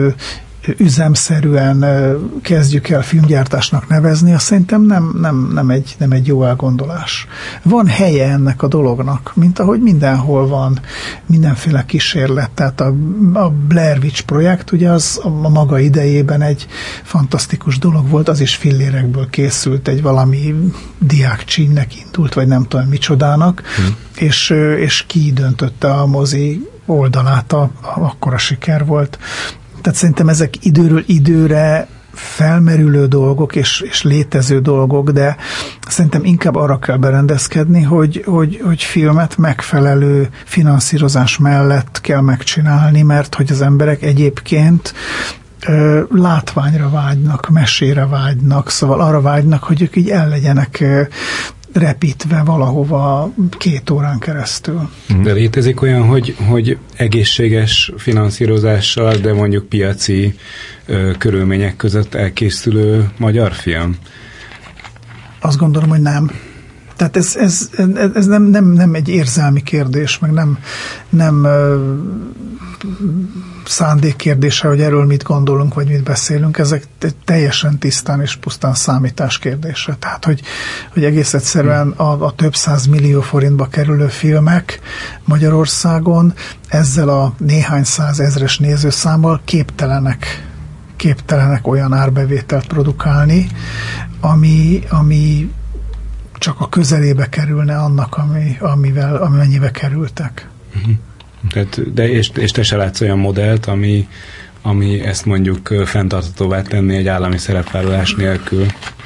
üzemszerűen kezdjük el filmgyártásnak nevezni, azt szerintem nem, nem, nem, egy, nem egy jó elgondolás. Van helye ennek a dolognak, mint ahogy mindenhol van mindenféle kísérlet. Tehát a, a Blair Witch projekt, ugye az a maga idejében egy fantasztikus dolog volt, az is fillérekből készült, egy valami diákcsínynek indult, vagy nem tudom micsodának, hmm. és, és ki döntötte a mozi oldalát, a, a, akkora siker volt. Tehát szerintem ezek időről időre felmerülő dolgok és, és létező dolgok, de szerintem inkább arra kell berendezkedni, hogy, hogy, hogy filmet megfelelő finanszírozás mellett kell megcsinálni, mert hogy az emberek egyébként ö, látványra vágynak, mesére vágynak, szóval arra vágynak, hogy ők így el legyenek ö, repítve valahova két órán keresztül.
De létezik olyan, hogy, hogy egészséges finanszírozással, de mondjuk piaci ö, körülmények között elkészülő magyar film?
Azt gondolom, hogy nem. Tehát ez, ez, ez nem, nem, nem egy érzelmi kérdés, meg nem, nem ö, szándék kérdése, hogy erről mit gondolunk, vagy mit beszélünk, ezek teljesen tisztán és pusztán számítás kérdése. Tehát, hogy, hogy egész egyszerűen a, a több száz millió forintba kerülő filmek Magyarországon ezzel a néhány százezres nézőszámmal képtelenek, képtelenek olyan árbevételt produkálni, ami, ami csak a közelébe kerülne annak, ami, amivel, amennyibe kerültek.
Uh-huh. Tehát, de és, és te se látsz olyan modellt, ami, ami ezt mondjuk fenntarthatóvá tenni egy állami szerepvállalás nélkül?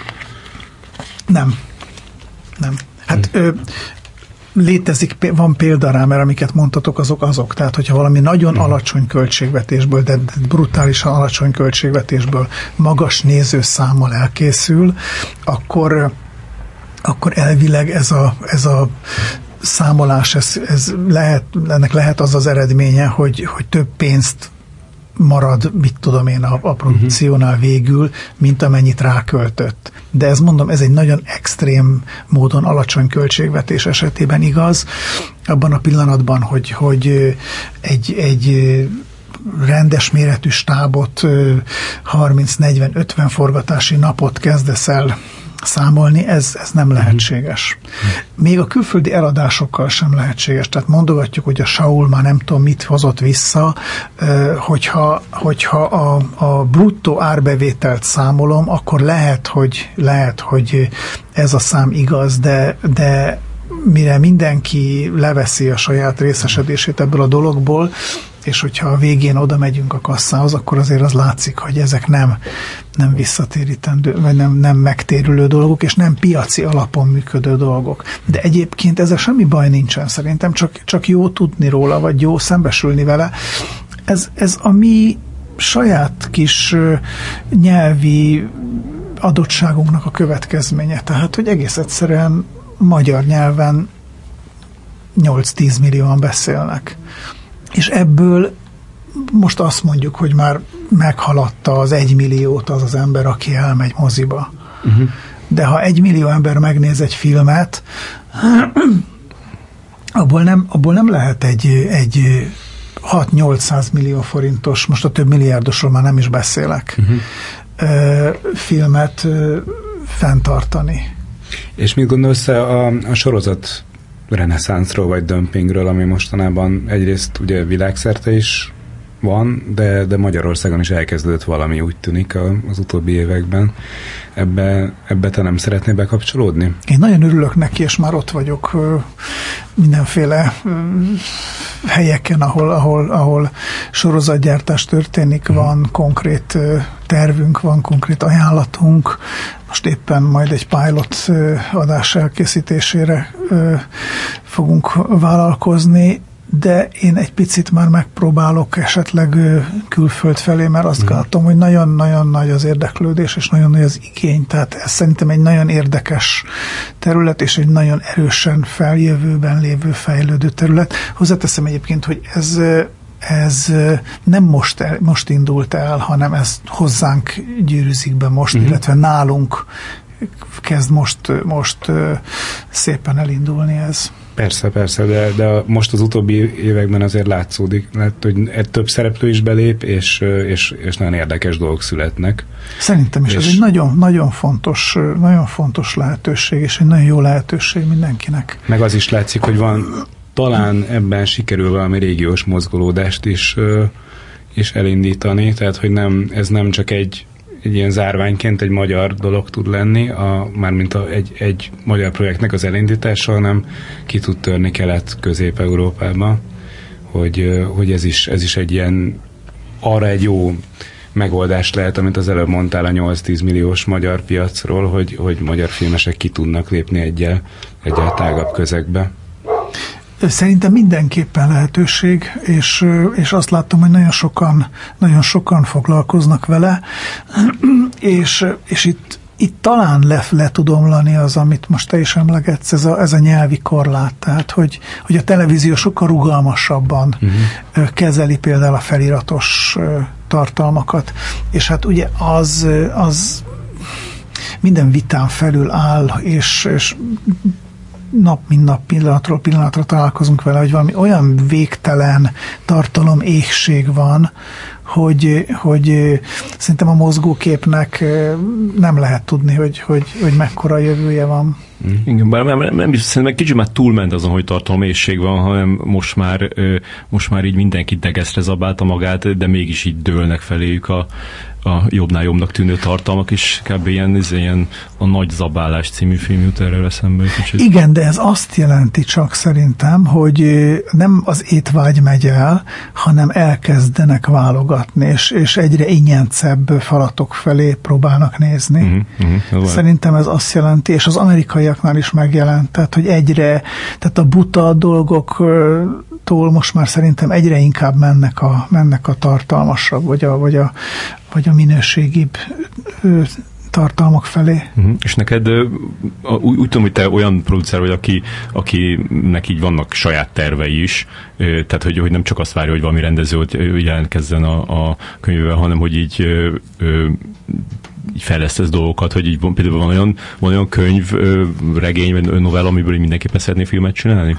Nem. Nem. Hát hmm. ö, létezik, van példa rá, mert amiket mondtatok, azok azok. Tehát, hogyha valami nagyon hmm. alacsony költségvetésből, de, de brutálisan alacsony költségvetésből magas nézőszámmal elkészül, akkor, akkor elvileg ez a, ez a számolás, ez, ez lehet, ennek lehet az az eredménye, hogy, hogy több pénzt marad, mit tudom én, a, a produkciónál végül, mint amennyit ráköltött. De ez mondom, ez egy nagyon extrém módon alacsony költségvetés esetében igaz. Abban a pillanatban, hogy, hogy egy, egy rendes méretű stábot, harminc negyven ötven forgatási napot kezdesz el számolni, ez, ez nem lehetséges. Még a külföldi eladásokkal sem lehetséges. Tehát mondogatjuk, hogy a Saul már nem tudom mit hozott vissza, hogyha, hogyha a, a bruttó árbevételt számolom, akkor lehet, hogy, lehet, hogy ez a szám igaz, de, de mire mindenki leveszi a saját részesedését ebből a dologból, és hogyha a végén oda megyünk a kasszához, akkor azért az látszik, hogy ezek nem, nem visszatérítendő, vagy nem, nem megtérülő dolgok, és nem piaci alapon működő dolgok. De egyébként ezzel semmi baj nincsen szerintem, csak, csak jó tudni róla, vagy jó szembesülni vele. Ez, ez a mi saját kis nyelvi adottságunknak a következménye. Tehát, hogy egész egyszerűen magyar nyelven nyolc-tíz millióan beszélnek. És ebből most azt mondjuk, hogy már meghaladta az egymilliót az az ember, aki elmegy moziba. Uh-huh. De ha egymillió ember megnéz egy filmet, abból nem, abból nem lehet egy, egy hat-nyolcszáz millió forintos, most a több milliárdosról már nem is beszélek, uh-huh. filmet fenntartani.
És mit gondolsz a, a sorozat reneszánszról vagy dömpingről, ami mostanában egyrészt ugye világszerte is van, de, de Magyarországon is elkezdődött valami, úgy tűnik az utóbbi években. Ebbe, ebbe te nem szeretnél bekapcsolódni?
Én nagyon örülök neki, és már ott vagyok mindenféle helyeken, ahol, ahol, ahol sorozatgyártás történik, hmm. van konkrét tervünk, van konkrét ajánlatunk. Most éppen majd egy pilot adás elkészítésére fogunk vállalkozni, de én egy picit már megpróbálok esetleg külföld felé, mert azt mm. látom, hogy nagyon-nagyon nagy az érdeklődés, és nagyon nagy az igény. Tehát ez szerintem egy nagyon érdekes terület, és egy nagyon erősen feljövőben lévő, fejlődő terület. Hozzáteszem egyébként, hogy ez ez nem most, el, most indult el, hanem ez hozzánk gyűrűzik be most, mm. illetve nálunk kezd most, most szépen elindulni ez.
Persze, persze, de, de most az utóbbi években azért látszódik, lett, hogy több szereplő is belép, és, és, és nagyon érdekes dolgok születnek.
Szerintem is és ez egy nagyon, nagyon, fontos, nagyon fontos lehetőség, és egy nagyon jó lehetőség mindenkinek.
Meg az is látszik, hogy van, talán ebben sikerül valami régiós mozgolódást is, is elindítani, tehát hogy nem, ez nem csak egy egy ilyen zárványként egy magyar dolog tud lenni, a, mármint a, egy, egy magyar projektnek az elindítása, hanem ki tud törni Kelet-Közép-Európába, hogy, hogy ez, is, ez is egy ilyen, arra egy jó megoldás lehet, amit az előbb mondtál a nyolc-tíz milliós magyar piacról, hogy, hogy magyar filmesek ki tudnak lépni egyel, egyel tágabb közegbe.
Szerintem mindenképpen lehetőség, és, és azt látom, hogy nagyon sokan, nagyon sokan foglalkoznak vele, és, és itt, itt talán le, le tud omlani az, amit most te is emlegetsz, ez a, ez a nyelvi korlát, tehát hogy, hogy a televízió sokkal rugalmasabban uh-huh. kezeli például a feliratos tartalmakat, és hát ugye az, az minden vitán felül áll, és, és nap mint nap, pillanatról pillanatra találkozunk vele, hogy valami olyan végtelen tartalom éhség van, hogy, hogy szerintem a mozgóképnek nem lehet tudni, hogy, hogy, hogy mekkora jövője van.
Igen, bár nem, nem, nem is, szerintem kicsit már túlment azon, hogy tartaloméhség van, hanem most már, most már így mindenki degeszre zabálta magát, de mégis így dőlnek feléjük a, a jobbnál jobbnak tűnő tartalmak, és kb. Ilyen, ilyen a Nagy Zabálás című film jut erre eszembe.
Igen, de ez azt jelenti csak szerintem, hogy nem az étvágy megy el, hanem elkezdenek válogatni, és, és egyre ingyencebb falatok felé próbálnak nézni. Uh-huh, uh-huh, szerintem ez azt jelenti, és az amerikaiaknál is megjelent, tehát, hogy egyre, tehát a buta dolgoktól most már szerintem egyre inkább mennek a, mennek a tartalmasabb, vagy a, vagy a, vagy a minőségibb tartalmak felé.
Uh-huh. És neked úgy, úgy tudom, hogy te olyan producer vagy, aki, akinek így vannak saját tervei is, tehát hogy, hogy nem csak azt várja, hogy valami rendező jelentkezzen a, a könyvével, hanem hogy így, ö, így fejlesztesz dolgokat, hogy így például van olyan, van olyan könyv, regény vagy novella, amiből mindenképpen szeretné filmet csinálni?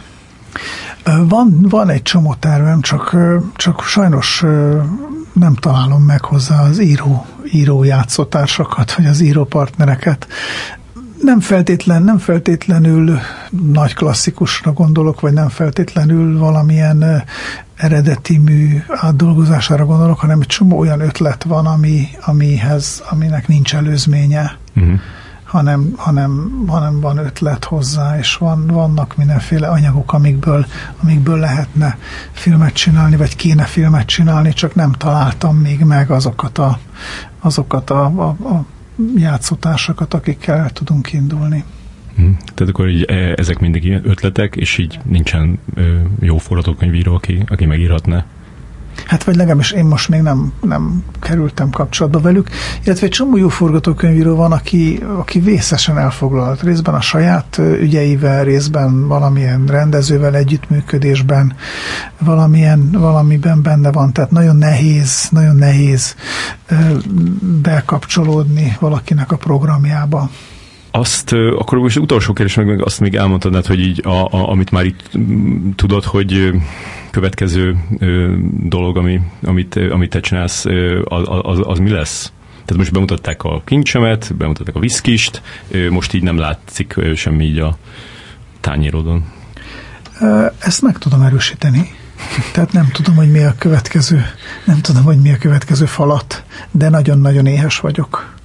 Van, van egy csomó tervem, csak, csak sajnos nem találom meg hozzá az író, író játszótársakat, vagy az írópartnereket. Nem, feltétlen, nem feltétlenül nagy klasszikusra gondolok, vagy nem feltétlenül valamilyen eredeti mű átdolgozására gondolok, hanem egy csomó olyan ötlet van, ami, amihez, aminek nincs előzménye. Uh-huh. Hanem, hanem, hanem van ötlet hozzá, és van, vannak mindenféle anyagok, amikből, amikből lehetne filmet csinálni, vagy kéne filmet csinálni, csak nem találtam még meg azokat a, azokat a, a, a játszótársakat, akikkel el tudunk indulni.
Hmm. Tehát akkor így, ezek mindig ilyen ötletek, és így nincsen jó forgatókönyvíró, aki, aki megírhatná?
Hát vagy legalábbis én most még nem, nem kerültem kapcsolatba velük, illetve egy csomó jó forgatókönyvíró van, aki, aki vészesen elfoglalt részben a saját ügyeivel, részben valamilyen rendezővel együttműködésben, valamilyen, valamiben benne van, tehát nagyon nehéz, nagyon nehéz bekapcsolódni valakinek a programjába.
Azt, akkor most utolsó kérdés, meg, meg azt még elmondtad, hogy így, a, a, amit már itt tudod, hogy következő ö, dolog, ami, amit, amit te csinálsz, az, az, az mi lesz? Tehát most bemutatták a kincsemet, bemutatták a viszkist, most így nem látszik semmi így a tányérodon.
Ezt meg tudom erősíteni. Tehát nem tudom, hogy mi a következő, nem tudom, hogy mi a következő falat, de nagyon-nagyon éhes vagyok.